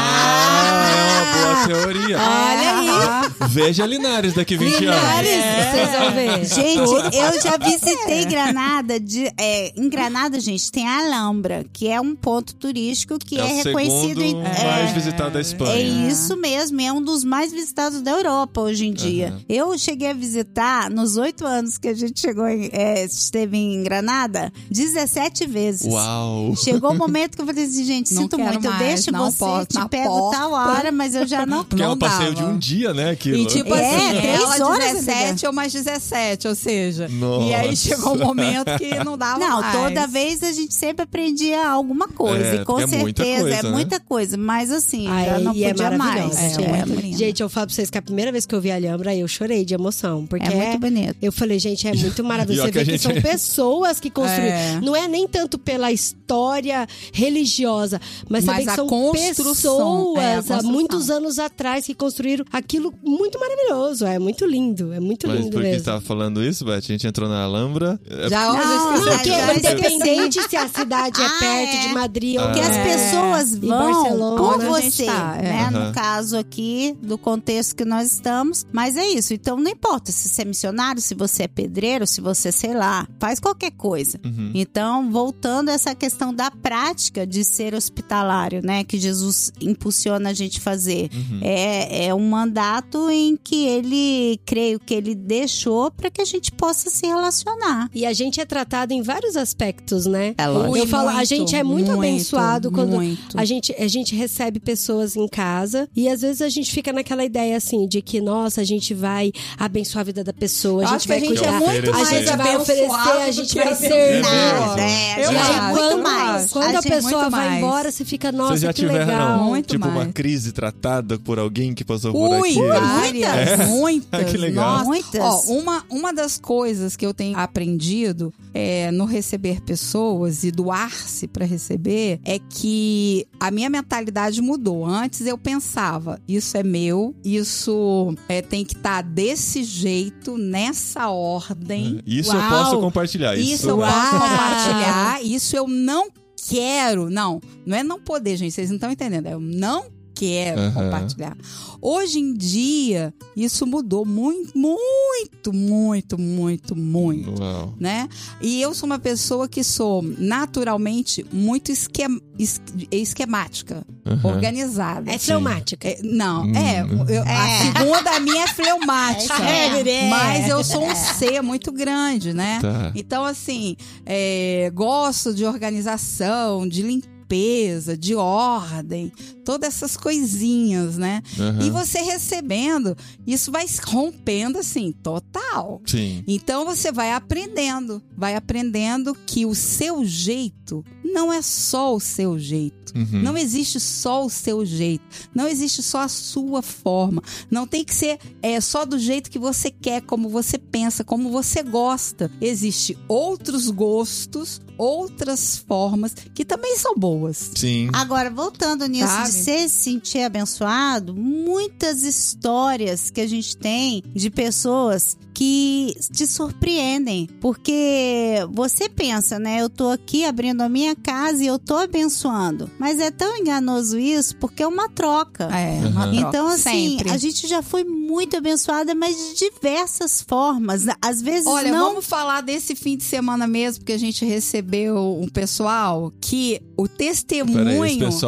Speaker 2: Ah, é uma boa teoria.
Speaker 3: Olha aí.
Speaker 2: Veja Linares daqui 20 anos.
Speaker 3: Linares, vocês vão ver.
Speaker 4: Gente, eu já visitei Granada. Em Granada, gente, tem a Alhambra, que é um ponto turístico que é,
Speaker 2: o
Speaker 4: reconhecido
Speaker 2: segundo mais visitado da Espanha.
Speaker 4: É isso mesmo, é um dos mais visitados da Europa hoje em dia. Eu cheguei a visitar, nos 8 anos que a gente esteve em Granada, 17 vezes.
Speaker 2: Uau.
Speaker 4: Chegou o momento que eu falei assim, gente,
Speaker 1: Não
Speaker 4: sinto
Speaker 1: quero
Speaker 4: muito, eu
Speaker 1: mais,
Speaker 4: deixo
Speaker 1: não
Speaker 4: você,
Speaker 1: posso,
Speaker 4: te
Speaker 1: na
Speaker 4: pego
Speaker 1: porta.
Speaker 4: tal hora, mas eu já não...
Speaker 2: Porque é um
Speaker 1: Não
Speaker 2: passeio
Speaker 1: dava.
Speaker 2: de um dia, né? Aquilo.
Speaker 1: E tipo
Speaker 4: É,
Speaker 1: assim,
Speaker 4: 3
Speaker 1: ela
Speaker 4: horas,
Speaker 1: 17 ou mais 17, ou seja.
Speaker 2: Nossa.
Speaker 1: E aí chegou um momento que não dava
Speaker 4: Não,
Speaker 1: mais.
Speaker 4: toda vez a gente sempre aprendia alguma coisa.
Speaker 2: É,
Speaker 4: E com
Speaker 2: porque é muita
Speaker 4: certeza
Speaker 2: coisa,
Speaker 4: é
Speaker 2: né?
Speaker 4: muita coisa. Mas assim,
Speaker 3: Ai,
Speaker 4: já não
Speaker 3: e é
Speaker 4: podia mais.
Speaker 3: maravilhosa,
Speaker 1: É,
Speaker 3: gente.
Speaker 1: muito lindo.
Speaker 3: Gente, eu falo pra vocês que a primeira vez que eu vi a Alhambra, eu chorei de emoção. Porque
Speaker 4: É muito bonito.
Speaker 3: Eu falei, gente, é muito maravilhoso.
Speaker 2: E
Speaker 3: Você
Speaker 2: ó que
Speaker 3: vê
Speaker 2: a
Speaker 3: que são
Speaker 2: gente-
Speaker 3: pessoas que construíram.
Speaker 1: É.
Speaker 3: Não é nem tanto pela história religiosa, mas você
Speaker 1: Mas
Speaker 3: vê que
Speaker 1: a
Speaker 3: são
Speaker 1: construção,
Speaker 3: pessoas
Speaker 1: é, a
Speaker 3: há
Speaker 1: construção.
Speaker 3: muitos anos atrás que construíram aquilo muito maravilhoso. É muito lindo, é muito
Speaker 2: Mas
Speaker 3: lindo
Speaker 2: por que você
Speaker 3: mesmo.
Speaker 2: tava falando isso, Beth? A gente entrou na Alhambra.
Speaker 1: Já hoje
Speaker 4: Não,
Speaker 1: eu esqueci.
Speaker 3: Porque
Speaker 4: já
Speaker 3: independente se a cidade é perto de Madrid ou
Speaker 4: Porque as pessoas
Speaker 3: e
Speaker 4: vão
Speaker 3: Barcelona,
Speaker 4: com
Speaker 1: onde a gente
Speaker 4: você,
Speaker 1: tá, é.
Speaker 4: né?
Speaker 2: Aham.
Speaker 4: No caso aqui, do contexto que nós estamos. Mas é isso. Então, não importa se você é missionário, se você é pedreiro, se você, sei lá, faz qualquer coisa. Então, voltando a essa questão da prática de ser hospitalário, né? Que Jesus impulsiona a gente fazer. É um mandato em que ele, creio que ele deixou para que a gente possa se relacionar.
Speaker 3: E a gente é tratado em vários aspectos, né?
Speaker 1: É lógico.
Speaker 3: Eu falo, a
Speaker 1: Muito,
Speaker 3: gente é muito abençoado quando
Speaker 1: muito.
Speaker 3: a gente recebe pessoas em casa e às vezes a gente fica naquela ideia assim de que, nossa, a gente vai abençoar a vida da pessoa, a
Speaker 1: Eu
Speaker 3: gente
Speaker 1: acho que a
Speaker 3: vai
Speaker 1: gente
Speaker 3: cuidar,
Speaker 1: é muito
Speaker 3: a
Speaker 1: mais
Speaker 3: gente vai oferecer,
Speaker 1: abençoado
Speaker 3: a
Speaker 1: do
Speaker 3: gente
Speaker 1: que
Speaker 3: vai servir.
Speaker 4: Nada, é,
Speaker 1: Eu
Speaker 4: a gente
Speaker 1: acho.
Speaker 4: é muito
Speaker 1: Quando-
Speaker 4: mais.
Speaker 3: Quando a
Speaker 4: gente-
Speaker 3: pessoa
Speaker 1: muito
Speaker 3: vai
Speaker 1: mais.
Speaker 3: embora, você fica,
Speaker 2: Vocês
Speaker 3: nossa,
Speaker 2: já
Speaker 3: que
Speaker 2: tiveram
Speaker 3: legal.
Speaker 1: Muito
Speaker 2: tipo uma
Speaker 1: mais.
Speaker 2: crise tratada por alguém que passou por
Speaker 1: Ui,
Speaker 2: aqui?
Speaker 1: várias, muitas.
Speaker 2: Que legal.
Speaker 1: Nossa.
Speaker 4: Muitas.
Speaker 1: Ó, uma das coisas que eu tenho aprendido no receber pessoas e doar-se para receber é que a minha mentalidade mudou. Antes eu pensava, isso é meu, isso tem que estar desse jeito, nessa ordem.
Speaker 2: Isso eu
Speaker 3: Uau.
Speaker 2: posso compartilhar.
Speaker 1: Isso eu posso compartilhar, isso eu não quero. Não é não poder, gente, vocês não estão entendendo. Eu não quero compartilhar. Hoje em dia, isso mudou muito,
Speaker 2: Uau.
Speaker 1: né? E eu sou uma pessoa que sou naturalmente muito esquemática, organizada.
Speaker 3: É fleumática.
Speaker 1: A segunda minha é fleumática. Mas eu sou um ser muito grande, né?
Speaker 2: Tá.
Speaker 1: Então, assim, gosto de organização, de limpeza, de ordem, todas essas coisinhas, né? E você recebendo, isso vai rompendo assim, total.
Speaker 2: Sim.
Speaker 1: Então você vai aprendendo que o seu jeito não é só o seu jeito. Não existe só o seu jeito. Não existe só a sua forma. Não tem que ser só do jeito que você quer, como você pensa, como você gosta. Existem outros gostos, outras formas que também são boas.
Speaker 2: Sim.
Speaker 4: Agora, voltando nisso de se sentir abençoado, muitas histórias que a gente tem de pessoas que te surpreendem, porque você pensa, né? Eu tô aqui abrindo a minha casa e eu tô abençoando, mas é tão enganoso isso, porque é uma troca.
Speaker 1: Uma troca.
Speaker 4: Então, assim,
Speaker 1: sempre.
Speaker 4: A gente já foi muito abençoada, mas de diversas formas. Às vezes
Speaker 1: Olha,
Speaker 4: não...
Speaker 1: vamos falar desse fim de semana mesmo, porque a gente recebeu um pessoal que o testemunho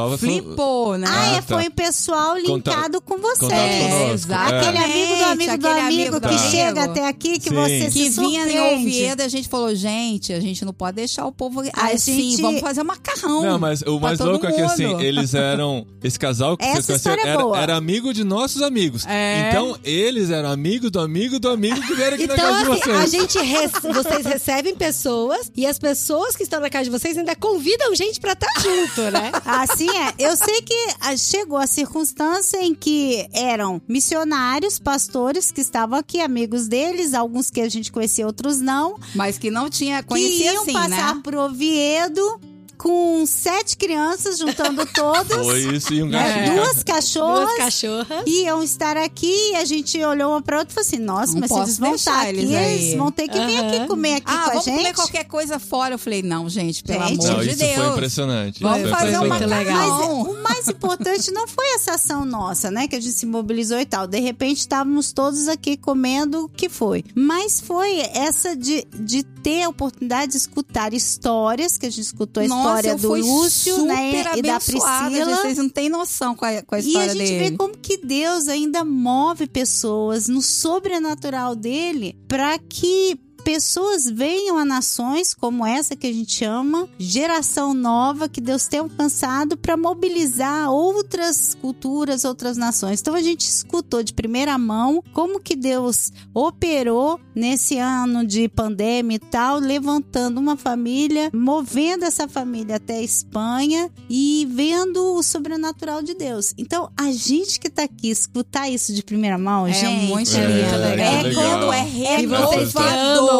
Speaker 1: flipou, né?
Speaker 4: Foi o pessoal linkado com você.
Speaker 1: Exatamente.
Speaker 4: Aquele amigo do amigo do amigo que chega até aqui, que você se
Speaker 1: vinha
Speaker 4: surpreende.
Speaker 1: em Oviedo, a gente falou, gente, a gente não pode deixar o povo assim, vamos fazer um macarrão.
Speaker 2: Não, mas o mais louco é que assim, eles eram, esse casal que
Speaker 4: essa história é boa.
Speaker 2: era amigo de nossos amigos. Então, eles eram amigos do amigo que vieram aqui na casa de vocês.
Speaker 3: Vocês recebem pessoas e as pessoas que estão na casa de vocês ainda convidam gente pra estar junto, né?
Speaker 4: Assim é. Eu sei que chegou a circunstância em que eram missionários, pastores que estavam aqui, amigos deles, alguns que a gente conhecia, outros não.
Speaker 1: Mas que não tinha,
Speaker 4: que
Speaker 1: conhecia
Speaker 4: iam
Speaker 1: assim,
Speaker 4: passar
Speaker 1: né?
Speaker 4: por Oviedo com 7 crianças, juntando todos.
Speaker 2: Foi isso e um gatinho.
Speaker 4: 2 cachorras.
Speaker 3: 2 cachorras.
Speaker 4: Iam estar aqui e a gente olhou uma pra outra e falou assim, nossa, mas se eles vão estar aqui, eles vão ter que vir aqui comer aqui com a
Speaker 1: vamos
Speaker 4: gente.
Speaker 1: Comer qualquer coisa fora. Eu falei, não, gente, pelo
Speaker 4: Gente,
Speaker 1: amor
Speaker 2: Não,
Speaker 1: de
Speaker 2: isso
Speaker 1: Deus.
Speaker 2: foi impressionante.
Speaker 1: Vamos fazer uma
Speaker 3: muito legal.
Speaker 4: Mas o mais importante não foi essa ação nossa, né? Que a gente se mobilizou e tal. De repente, estávamos todos aqui comendo o que foi. Mas foi essa de ter a oportunidade de escutar histórias, que a gente escutou a história do Lúcio, né? E da Priscila.
Speaker 1: Gente, vocês não têm noção com a história dele.
Speaker 4: E a gente vê como que Deus ainda move pessoas no sobrenatural dele para que pessoas venham a nações como essa que a gente ama, geração nova que Deus tem alcançado para mobilizar outras culturas, outras nações. Então a gente escutou de primeira mão como que Deus operou nesse ano de pandemia e tal, levantando uma família, movendo essa família até a Espanha e vendo o sobrenatural de Deus. Então a gente que tá aqui escutar isso de primeira mão, gente,
Speaker 1: muito legal. Quando renovador.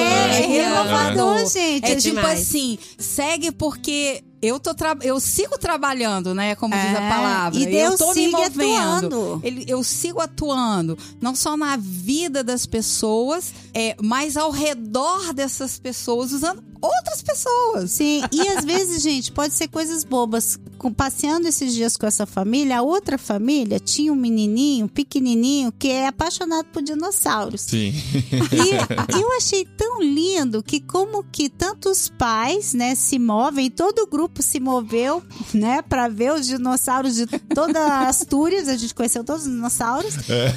Speaker 1: É renovador, gente.
Speaker 3: É
Speaker 1: tipo
Speaker 3: demais.
Speaker 1: assim, segue porque eu sigo trabalhando, né? Como diz a palavra.
Speaker 4: E Deus
Speaker 1: eu tô me
Speaker 4: sigue
Speaker 1: movendo.
Speaker 4: atuando.
Speaker 1: Eu sigo atuando. Não só na vida das pessoas, mas ao redor dessas pessoas, usando outras pessoas.
Speaker 4: Sim, e às vezes, gente, pode ser coisas bobas. Passeando esses dias com essa família, a outra família tinha um menininho, pequenininho, que é apaixonado por dinossauros.
Speaker 2: Sim.
Speaker 4: E eu achei tão lindo que como que tantos pais, né, se movem, todo o grupo se moveu, né, pra ver os dinossauros de toda a Astúrias. A gente conheceu todos os dinossauros.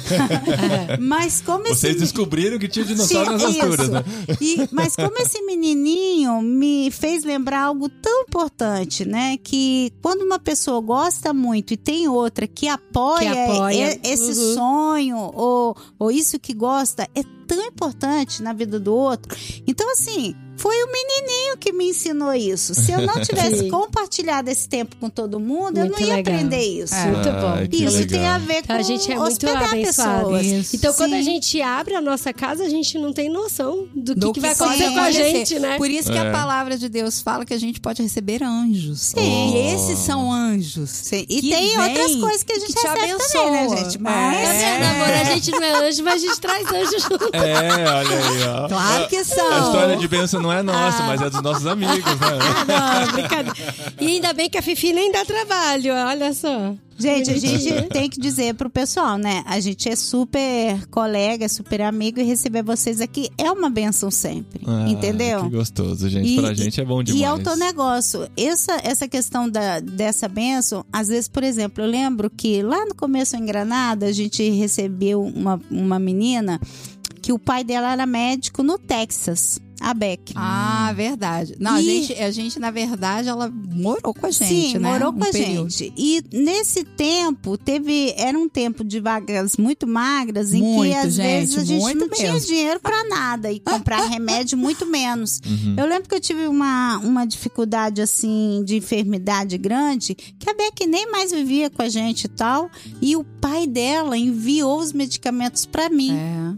Speaker 4: Mas como
Speaker 2: Vocês descobriram que tinha dinossauro nas Astúrias, né?
Speaker 4: Mas como esse menininho me fez lembrar algo tão importante, né, que quando uma pessoa gosta muito e tem outra que apoia esse sonho ou isso que gosta, é tão importante na vida do outro. Então, assim, foi o menininho que me ensinou isso. Se eu não tivesse compartilhado esse tempo com todo mundo, eu não ia aprender isso.
Speaker 3: Muito bom.
Speaker 4: Isso
Speaker 2: legal.
Speaker 4: tem a ver com
Speaker 3: A gente é muito
Speaker 4: hospedar
Speaker 3: abençoado.
Speaker 4: pessoas.
Speaker 1: Isso.
Speaker 3: Então, quando a
Speaker 4: Sim.
Speaker 3: gente abre a nossa casa, a gente não tem noção do que vai
Speaker 1: pode
Speaker 3: acontecer com a gente, né?
Speaker 1: Por isso que a palavra de Deus fala que a gente pode receber anjos.
Speaker 4: Sim.
Speaker 1: E esses são anjos.
Speaker 4: Sim. E
Speaker 1: que
Speaker 4: tem outras
Speaker 1: vem,
Speaker 4: cois que a gente
Speaker 1: que te
Speaker 4: recebe
Speaker 1: abençoa.
Speaker 4: também, né, gente? Mas...
Speaker 3: Tá vendo, amor? A gente não é anjo, mas a gente traz anjo junto.
Speaker 2: olha aí, ó.
Speaker 1: Claro que são.
Speaker 2: A história de bênção não é nossa, mas é dos nossos amigos, né?
Speaker 3: Não, brincadeira. E ainda bem que a Fifi nem dá trabalho, olha só.
Speaker 4: Gente, a gente tem que dizer pro pessoal, né? A gente é super colega, super amigo e receber vocês aqui é uma benção sempre, entendeu?
Speaker 2: Que gostoso, gente. Pra gente é bom demais.
Speaker 4: E é o teu negócio. Essa questão dessa benção, às vezes, por exemplo, eu lembro que lá no começo em Granada, a gente recebeu uma menina que o pai dela era médico no Texas. A Beck.
Speaker 1: Ah, verdade. Não, a gente, na verdade, ela morou com a gente,
Speaker 4: Sim,
Speaker 1: né?
Speaker 4: morou com a gente. E nesse tempo, era um tempo de vagas muito magras, em que às vezes a gente não tinha dinheiro pra nada. E comprar remédio muito menos. Eu lembro que eu tive uma dificuldade, assim, de enfermidade grande, que a Beck nem mais vivia com a gente e tal. E o pai dela enviou os medicamentos pra mim.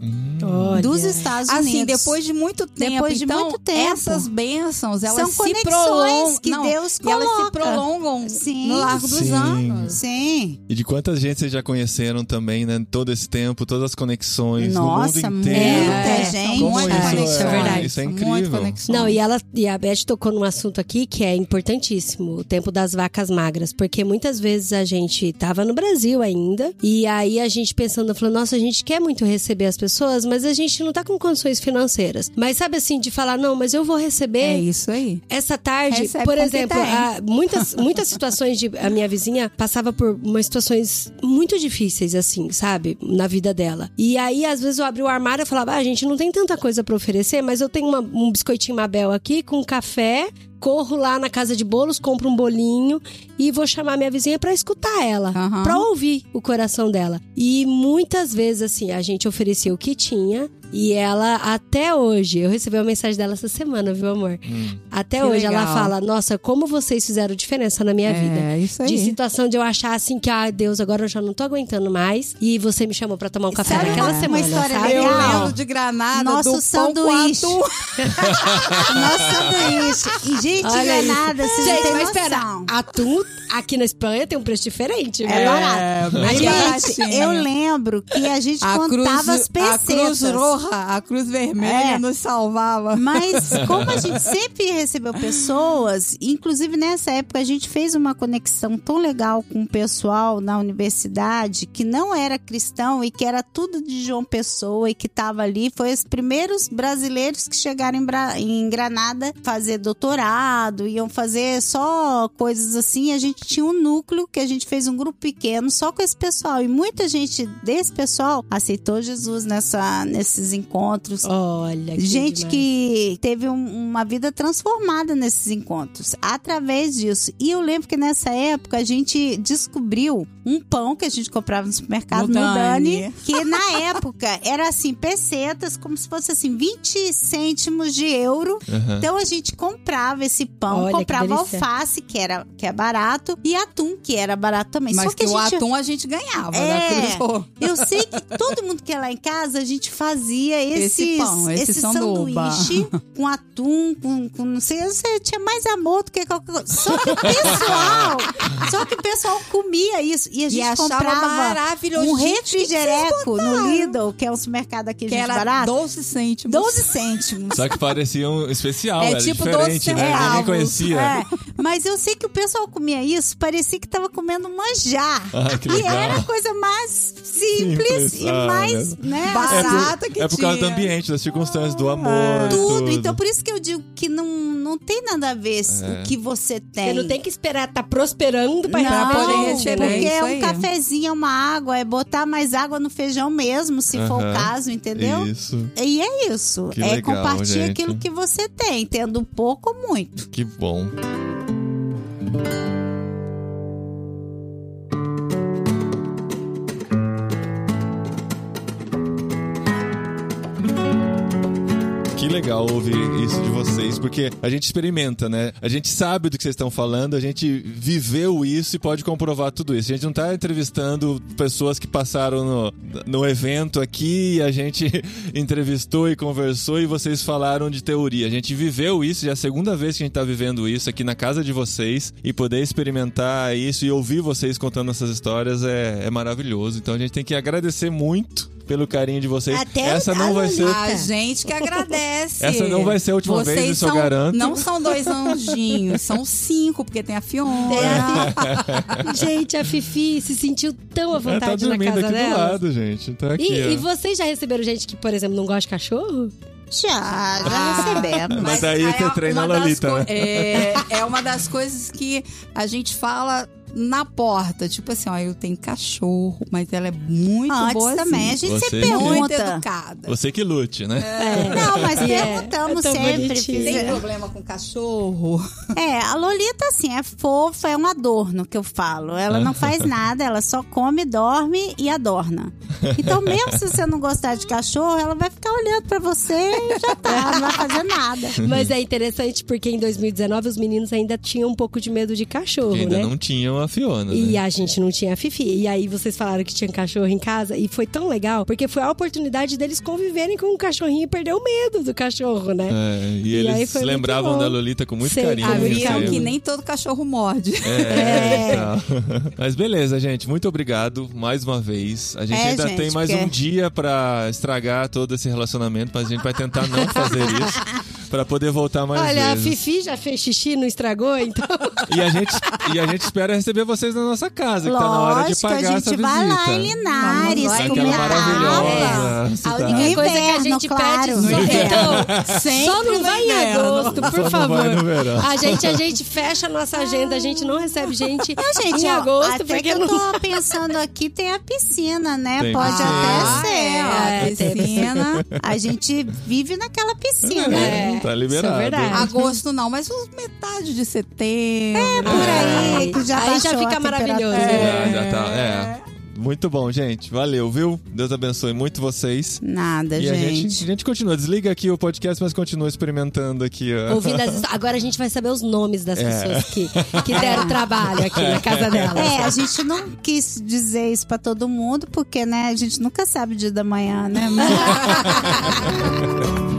Speaker 4: Dos Estados Unidos.
Speaker 1: Assim, depois de muito tempo. Então, essas bênçãos, elas
Speaker 4: são
Speaker 1: se prolongam.
Speaker 4: Que Deus coloca.
Speaker 1: E elas se prolongam no largo dos anos.
Speaker 4: Sim.
Speaker 2: E de quantas gente vocês já conheceram também, né? Todo esse tempo, todas as conexões
Speaker 4: Nossa,
Speaker 2: no mundo inteiro.
Speaker 4: muita gente.
Speaker 1: Muita conexão.
Speaker 3: É verdade.
Speaker 2: Isso é incrível.
Speaker 3: Não, e a Beth tocou num assunto aqui que é importantíssimo, o tempo das vacas magras, porque muitas vezes a gente tava no Brasil ainda, e aí a gente pensando, falando, nossa, a gente quer muito receber as pessoas, mas a gente não tá com condições financeiras. Mas sabe assim, de falar, não, mas eu vou receber.
Speaker 1: É isso aí.
Speaker 3: Essa tarde,
Speaker 1: Recebe
Speaker 3: por exemplo, muitas situações a minha vizinha passava por umas situações muito difíceis, assim, sabe? Na vida dela. E aí, às vezes, eu abri o armário e falava, a gente não tem tanta coisa pra oferecer, mas eu tenho um biscoitinho Mabel aqui com café. Corro lá na casa de bolos, compro um bolinho e vou chamar minha vizinha pra escutar ela, pra ouvir o coração dela. E muitas vezes, assim, a gente oferecia o que tinha e ela, até hoje, eu recebi uma mensagem dela essa semana, viu, amor? Até
Speaker 1: que
Speaker 3: hoje
Speaker 1: legal.
Speaker 3: Ela fala, nossa, como vocês fizeram diferença na minha vida.
Speaker 1: É, isso aí.
Speaker 3: De situação de eu achar assim que, Deus, agora eu já não tô aguentando mais e você me chamou pra tomar um café
Speaker 4: Sabe
Speaker 3: naquela
Speaker 4: uma
Speaker 3: semana,
Speaker 4: história
Speaker 3: sabe?
Speaker 1: Eu
Speaker 4: legal?
Speaker 1: lembro de Granada,
Speaker 4: Nosso
Speaker 1: do
Speaker 4: sanduíche.
Speaker 1: pão com atum.
Speaker 4: Nosso sanduíche. E, gente,
Speaker 3: Olha
Speaker 4: Granada, vocês não
Speaker 3: Gente,
Speaker 4: têm
Speaker 3: mas
Speaker 4: noção.
Speaker 3: espera, atum aqui na Espanha tem um preço diferente,
Speaker 4: É barato.
Speaker 1: bem
Speaker 4: Gente,
Speaker 1: baratinho.
Speaker 4: eu lembro que a gente contava as
Speaker 1: A
Speaker 4: pesetas.
Speaker 1: Cruz Roja, a Cruz Vermelha nos salvava.
Speaker 4: Mas como a gente sempre recebeu pessoas, inclusive nessa época a gente fez uma conexão tão legal com o pessoal na universidade que não era cristão e que era tudo de João Pessoa e que estava ali, foi os primeiros brasileiros que chegaram em Granada fazer doutorado, iam fazer só coisas assim. A gente tinha um núcleo que a gente fez um grupo pequeno só com esse pessoal e muita gente desse pessoal aceitou Jesus nesses encontros.
Speaker 3: Olha, que
Speaker 4: Gente
Speaker 3: demais.
Speaker 4: que teve uma vida transformada nesses encontros, através disso. E eu lembro que nessa época a gente descobriu um pão que a gente comprava no supermercado, no Dani, que na época era assim, pesetas, como se fosse assim, 20 cêntimos de euro. Então a gente comprava esse pão,
Speaker 3: Olha,
Speaker 4: comprava
Speaker 3: que delícia.
Speaker 4: alface, que é barato, e atum, que era barato também.
Speaker 1: Mas
Speaker 4: Só que
Speaker 1: o
Speaker 4: a gente...
Speaker 1: atum a gente ganhava da
Speaker 4: É,
Speaker 1: Cruz Roja.
Speaker 4: eu sei que todo mundo que é lá em casa, a gente fazia
Speaker 1: Esse pão, esse sanduba.
Speaker 4: sanduíche com atum, com não sei, você tinha mais amor do que qualquer coisa. Só que o pessoal comia isso. E a gente
Speaker 1: achava
Speaker 4: comprava
Speaker 1: maravilhoso.
Speaker 4: um
Speaker 1: Gente, o que vocês
Speaker 4: refrigereco no Lidl, que é um supermercado aqui,
Speaker 1: Que
Speaker 4: gente,
Speaker 1: era
Speaker 4: barato.
Speaker 1: 12 cêntimos.
Speaker 4: 12 cêntimos.
Speaker 2: Só que parecia um especial,
Speaker 1: É
Speaker 2: era
Speaker 1: tipo
Speaker 2: diferente,
Speaker 1: 12
Speaker 2: né? Ninguém
Speaker 1: centavos.
Speaker 2: conhecia.
Speaker 4: É, mas eu sei que o pessoal comia isso, parecia que tava comendo manjar.
Speaker 2: Ah, que
Speaker 4: E
Speaker 2: legal.
Speaker 4: era a coisa mais simples e
Speaker 2: Ah,
Speaker 4: mais, né?
Speaker 1: Barata que
Speaker 2: É por causa do
Speaker 1: tinha.
Speaker 2: ambiente, das circunstâncias, do amor.
Speaker 4: Tudo. Então, por isso que eu digo que não tem nada a ver o que você tem.
Speaker 3: Você não tem que esperar estar prosperando pra
Speaker 4: Não,
Speaker 3: poder receber.
Speaker 4: porque
Speaker 1: isso
Speaker 4: é um
Speaker 1: aí.
Speaker 4: cafezinho, é uma água, é botar mais água no feijão mesmo, se for o
Speaker 2: Aham.
Speaker 4: caso, entendeu?
Speaker 2: Isso.
Speaker 4: E é isso.
Speaker 2: Que
Speaker 4: é
Speaker 2: legal,
Speaker 4: compartilhar
Speaker 2: gente.
Speaker 4: aquilo que você tem, tendo pouco ou muito.
Speaker 2: Que bom. Que legal ouvir isso de vocês, porque a gente experimenta, né? A gente sabe do que vocês estão falando, a gente viveu isso e pode comprovar tudo isso. A gente não tá entrevistando pessoas que passaram no evento aqui, a gente entrevistou e conversou e vocês falaram de teoria. A gente viveu isso, já é a segunda vez que a gente tá vivendo isso aqui na casa de vocês, e poder experimentar isso e ouvir vocês contando essas histórias é maravilhoso. Então a gente tem que agradecer muito pelo carinho de vocês.
Speaker 3: Até
Speaker 2: essa não vai ser...
Speaker 1: A gente que agradece.
Speaker 2: Essa não vai ser a última vez, isso eu garanto.
Speaker 1: Não são 2 anjinhos, são 5, porque tem a Fiona.
Speaker 3: Gente, a Fifi se sentiu tão à vontade
Speaker 2: tá
Speaker 3: na casa
Speaker 2: dormindo aqui
Speaker 3: dela.
Speaker 2: do lado, gente. Tá aqui,
Speaker 3: E vocês já receberam gente que, por exemplo, não gosta de cachorro?
Speaker 4: Já recebemos.
Speaker 2: Mas aí você treina a Lolita, né?
Speaker 1: É uma das coisas que a gente fala na porta. Tipo assim, ó, eu tenho cachorro, mas ela é muito
Speaker 4: Antes
Speaker 1: boa
Speaker 4: também,
Speaker 1: assim.
Speaker 4: a gente
Speaker 2: Você
Speaker 4: sempre
Speaker 1: Muito
Speaker 4: pergunta.
Speaker 1: educada.
Speaker 2: Você que lute, né?
Speaker 4: Não, mas
Speaker 3: É
Speaker 4: perguntamos
Speaker 3: tão
Speaker 4: sempre.
Speaker 3: bonitinho.
Speaker 1: Tem problema com cachorro?
Speaker 4: A Lolita, assim, é fofa, é um adorno que eu falo. Ela não faz nada, ela só come, dorme e adorna. Então, mesmo se você não gostar de cachorro, ela vai ficar olhando pra você e já tá, não vai fazer nada.
Speaker 3: Mas é interessante porque em 2019 os meninos ainda tinham um pouco de medo de cachorro,
Speaker 2: Que ainda
Speaker 3: né?
Speaker 2: não tinham a Fiona,
Speaker 3: E
Speaker 2: né?
Speaker 3: a gente não tinha a Fifi. E aí vocês falaram que tinha cachorro em casa. E foi tão legal, porque foi a oportunidade deles conviverem com o cachorrinho e perder o medo do cachorro, né?
Speaker 2: E
Speaker 3: E aí
Speaker 2: eles
Speaker 3: foi
Speaker 2: se
Speaker 3: muito
Speaker 2: lembravam
Speaker 3: bom.
Speaker 2: da Lolita com muito
Speaker 3: Sei,
Speaker 2: carinho.
Speaker 1: Abriam
Speaker 2: né?
Speaker 1: que nem todo cachorro morde.
Speaker 2: Tal. Mas beleza, gente. Muito obrigado mais uma vez. A gente ainda
Speaker 4: gente,
Speaker 2: tem mais
Speaker 4: porque-
Speaker 2: um dia pra estragar todo esse relacionamento, mas a gente vai tentar não fazer isso pra poder voltar mais
Speaker 3: Olha,
Speaker 2: vezes.
Speaker 3: a Fifi já fez xixi, não estragou, então...
Speaker 2: E a gente espera receber vocês na nossa casa, que tá na hora de
Speaker 4: Lógico,
Speaker 2: pagar
Speaker 4: a gente
Speaker 2: essa
Speaker 4: vai
Speaker 2: visita.
Speaker 4: lá em Linares,
Speaker 1: Vamos lá,
Speaker 4: comer
Speaker 2: Aquela maravilhosa
Speaker 3: A
Speaker 2: cidade.
Speaker 3: única coisa que a
Speaker 4: Inverno,
Speaker 3: gente
Speaker 4: claro.
Speaker 3: pede
Speaker 4: No
Speaker 3: então,
Speaker 1: Sempre
Speaker 3: só não
Speaker 1: no
Speaker 3: vai em
Speaker 1: inverno.
Speaker 3: agosto,
Speaker 2: Só
Speaker 3: por
Speaker 2: não
Speaker 3: favor.
Speaker 2: vai no verão.
Speaker 3: A gente fecha a nossa agenda, a gente não recebe gente
Speaker 4: Gente,
Speaker 3: em
Speaker 4: ó,
Speaker 3: agosto,
Speaker 4: até
Speaker 3: porque
Speaker 4: que eu
Speaker 3: não...
Speaker 4: tô pensando aqui, tem a piscina, né?
Speaker 2: Tem
Speaker 4: Pode
Speaker 2: piscina.
Speaker 4: até ser, ó.
Speaker 1: A piscina.
Speaker 4: A gente vive naquela piscina.
Speaker 2: Tá liberado.
Speaker 3: isso é verdade.
Speaker 1: Agosto não, mas metade de setembro.
Speaker 4: Por aí, que já
Speaker 3: Aí já
Speaker 4: baixou
Speaker 3: fica
Speaker 4: a
Speaker 3: maravilhoso.
Speaker 4: temperatura.
Speaker 2: Já tá. Muito bom, gente. Valeu, viu? Deus abençoe muito vocês.
Speaker 4: Nada,
Speaker 2: E a
Speaker 4: gente.
Speaker 2: gente continua. Desliga aqui o podcast, mas continua experimentando aqui. Ó.
Speaker 3: Ouvindo as histórias. Agora a gente vai saber os nomes das pessoas que deram trabalho aqui na casa delas.
Speaker 4: A gente não quis dizer isso pra todo mundo, porque, né, a gente nunca sabe o dia da manhã, né?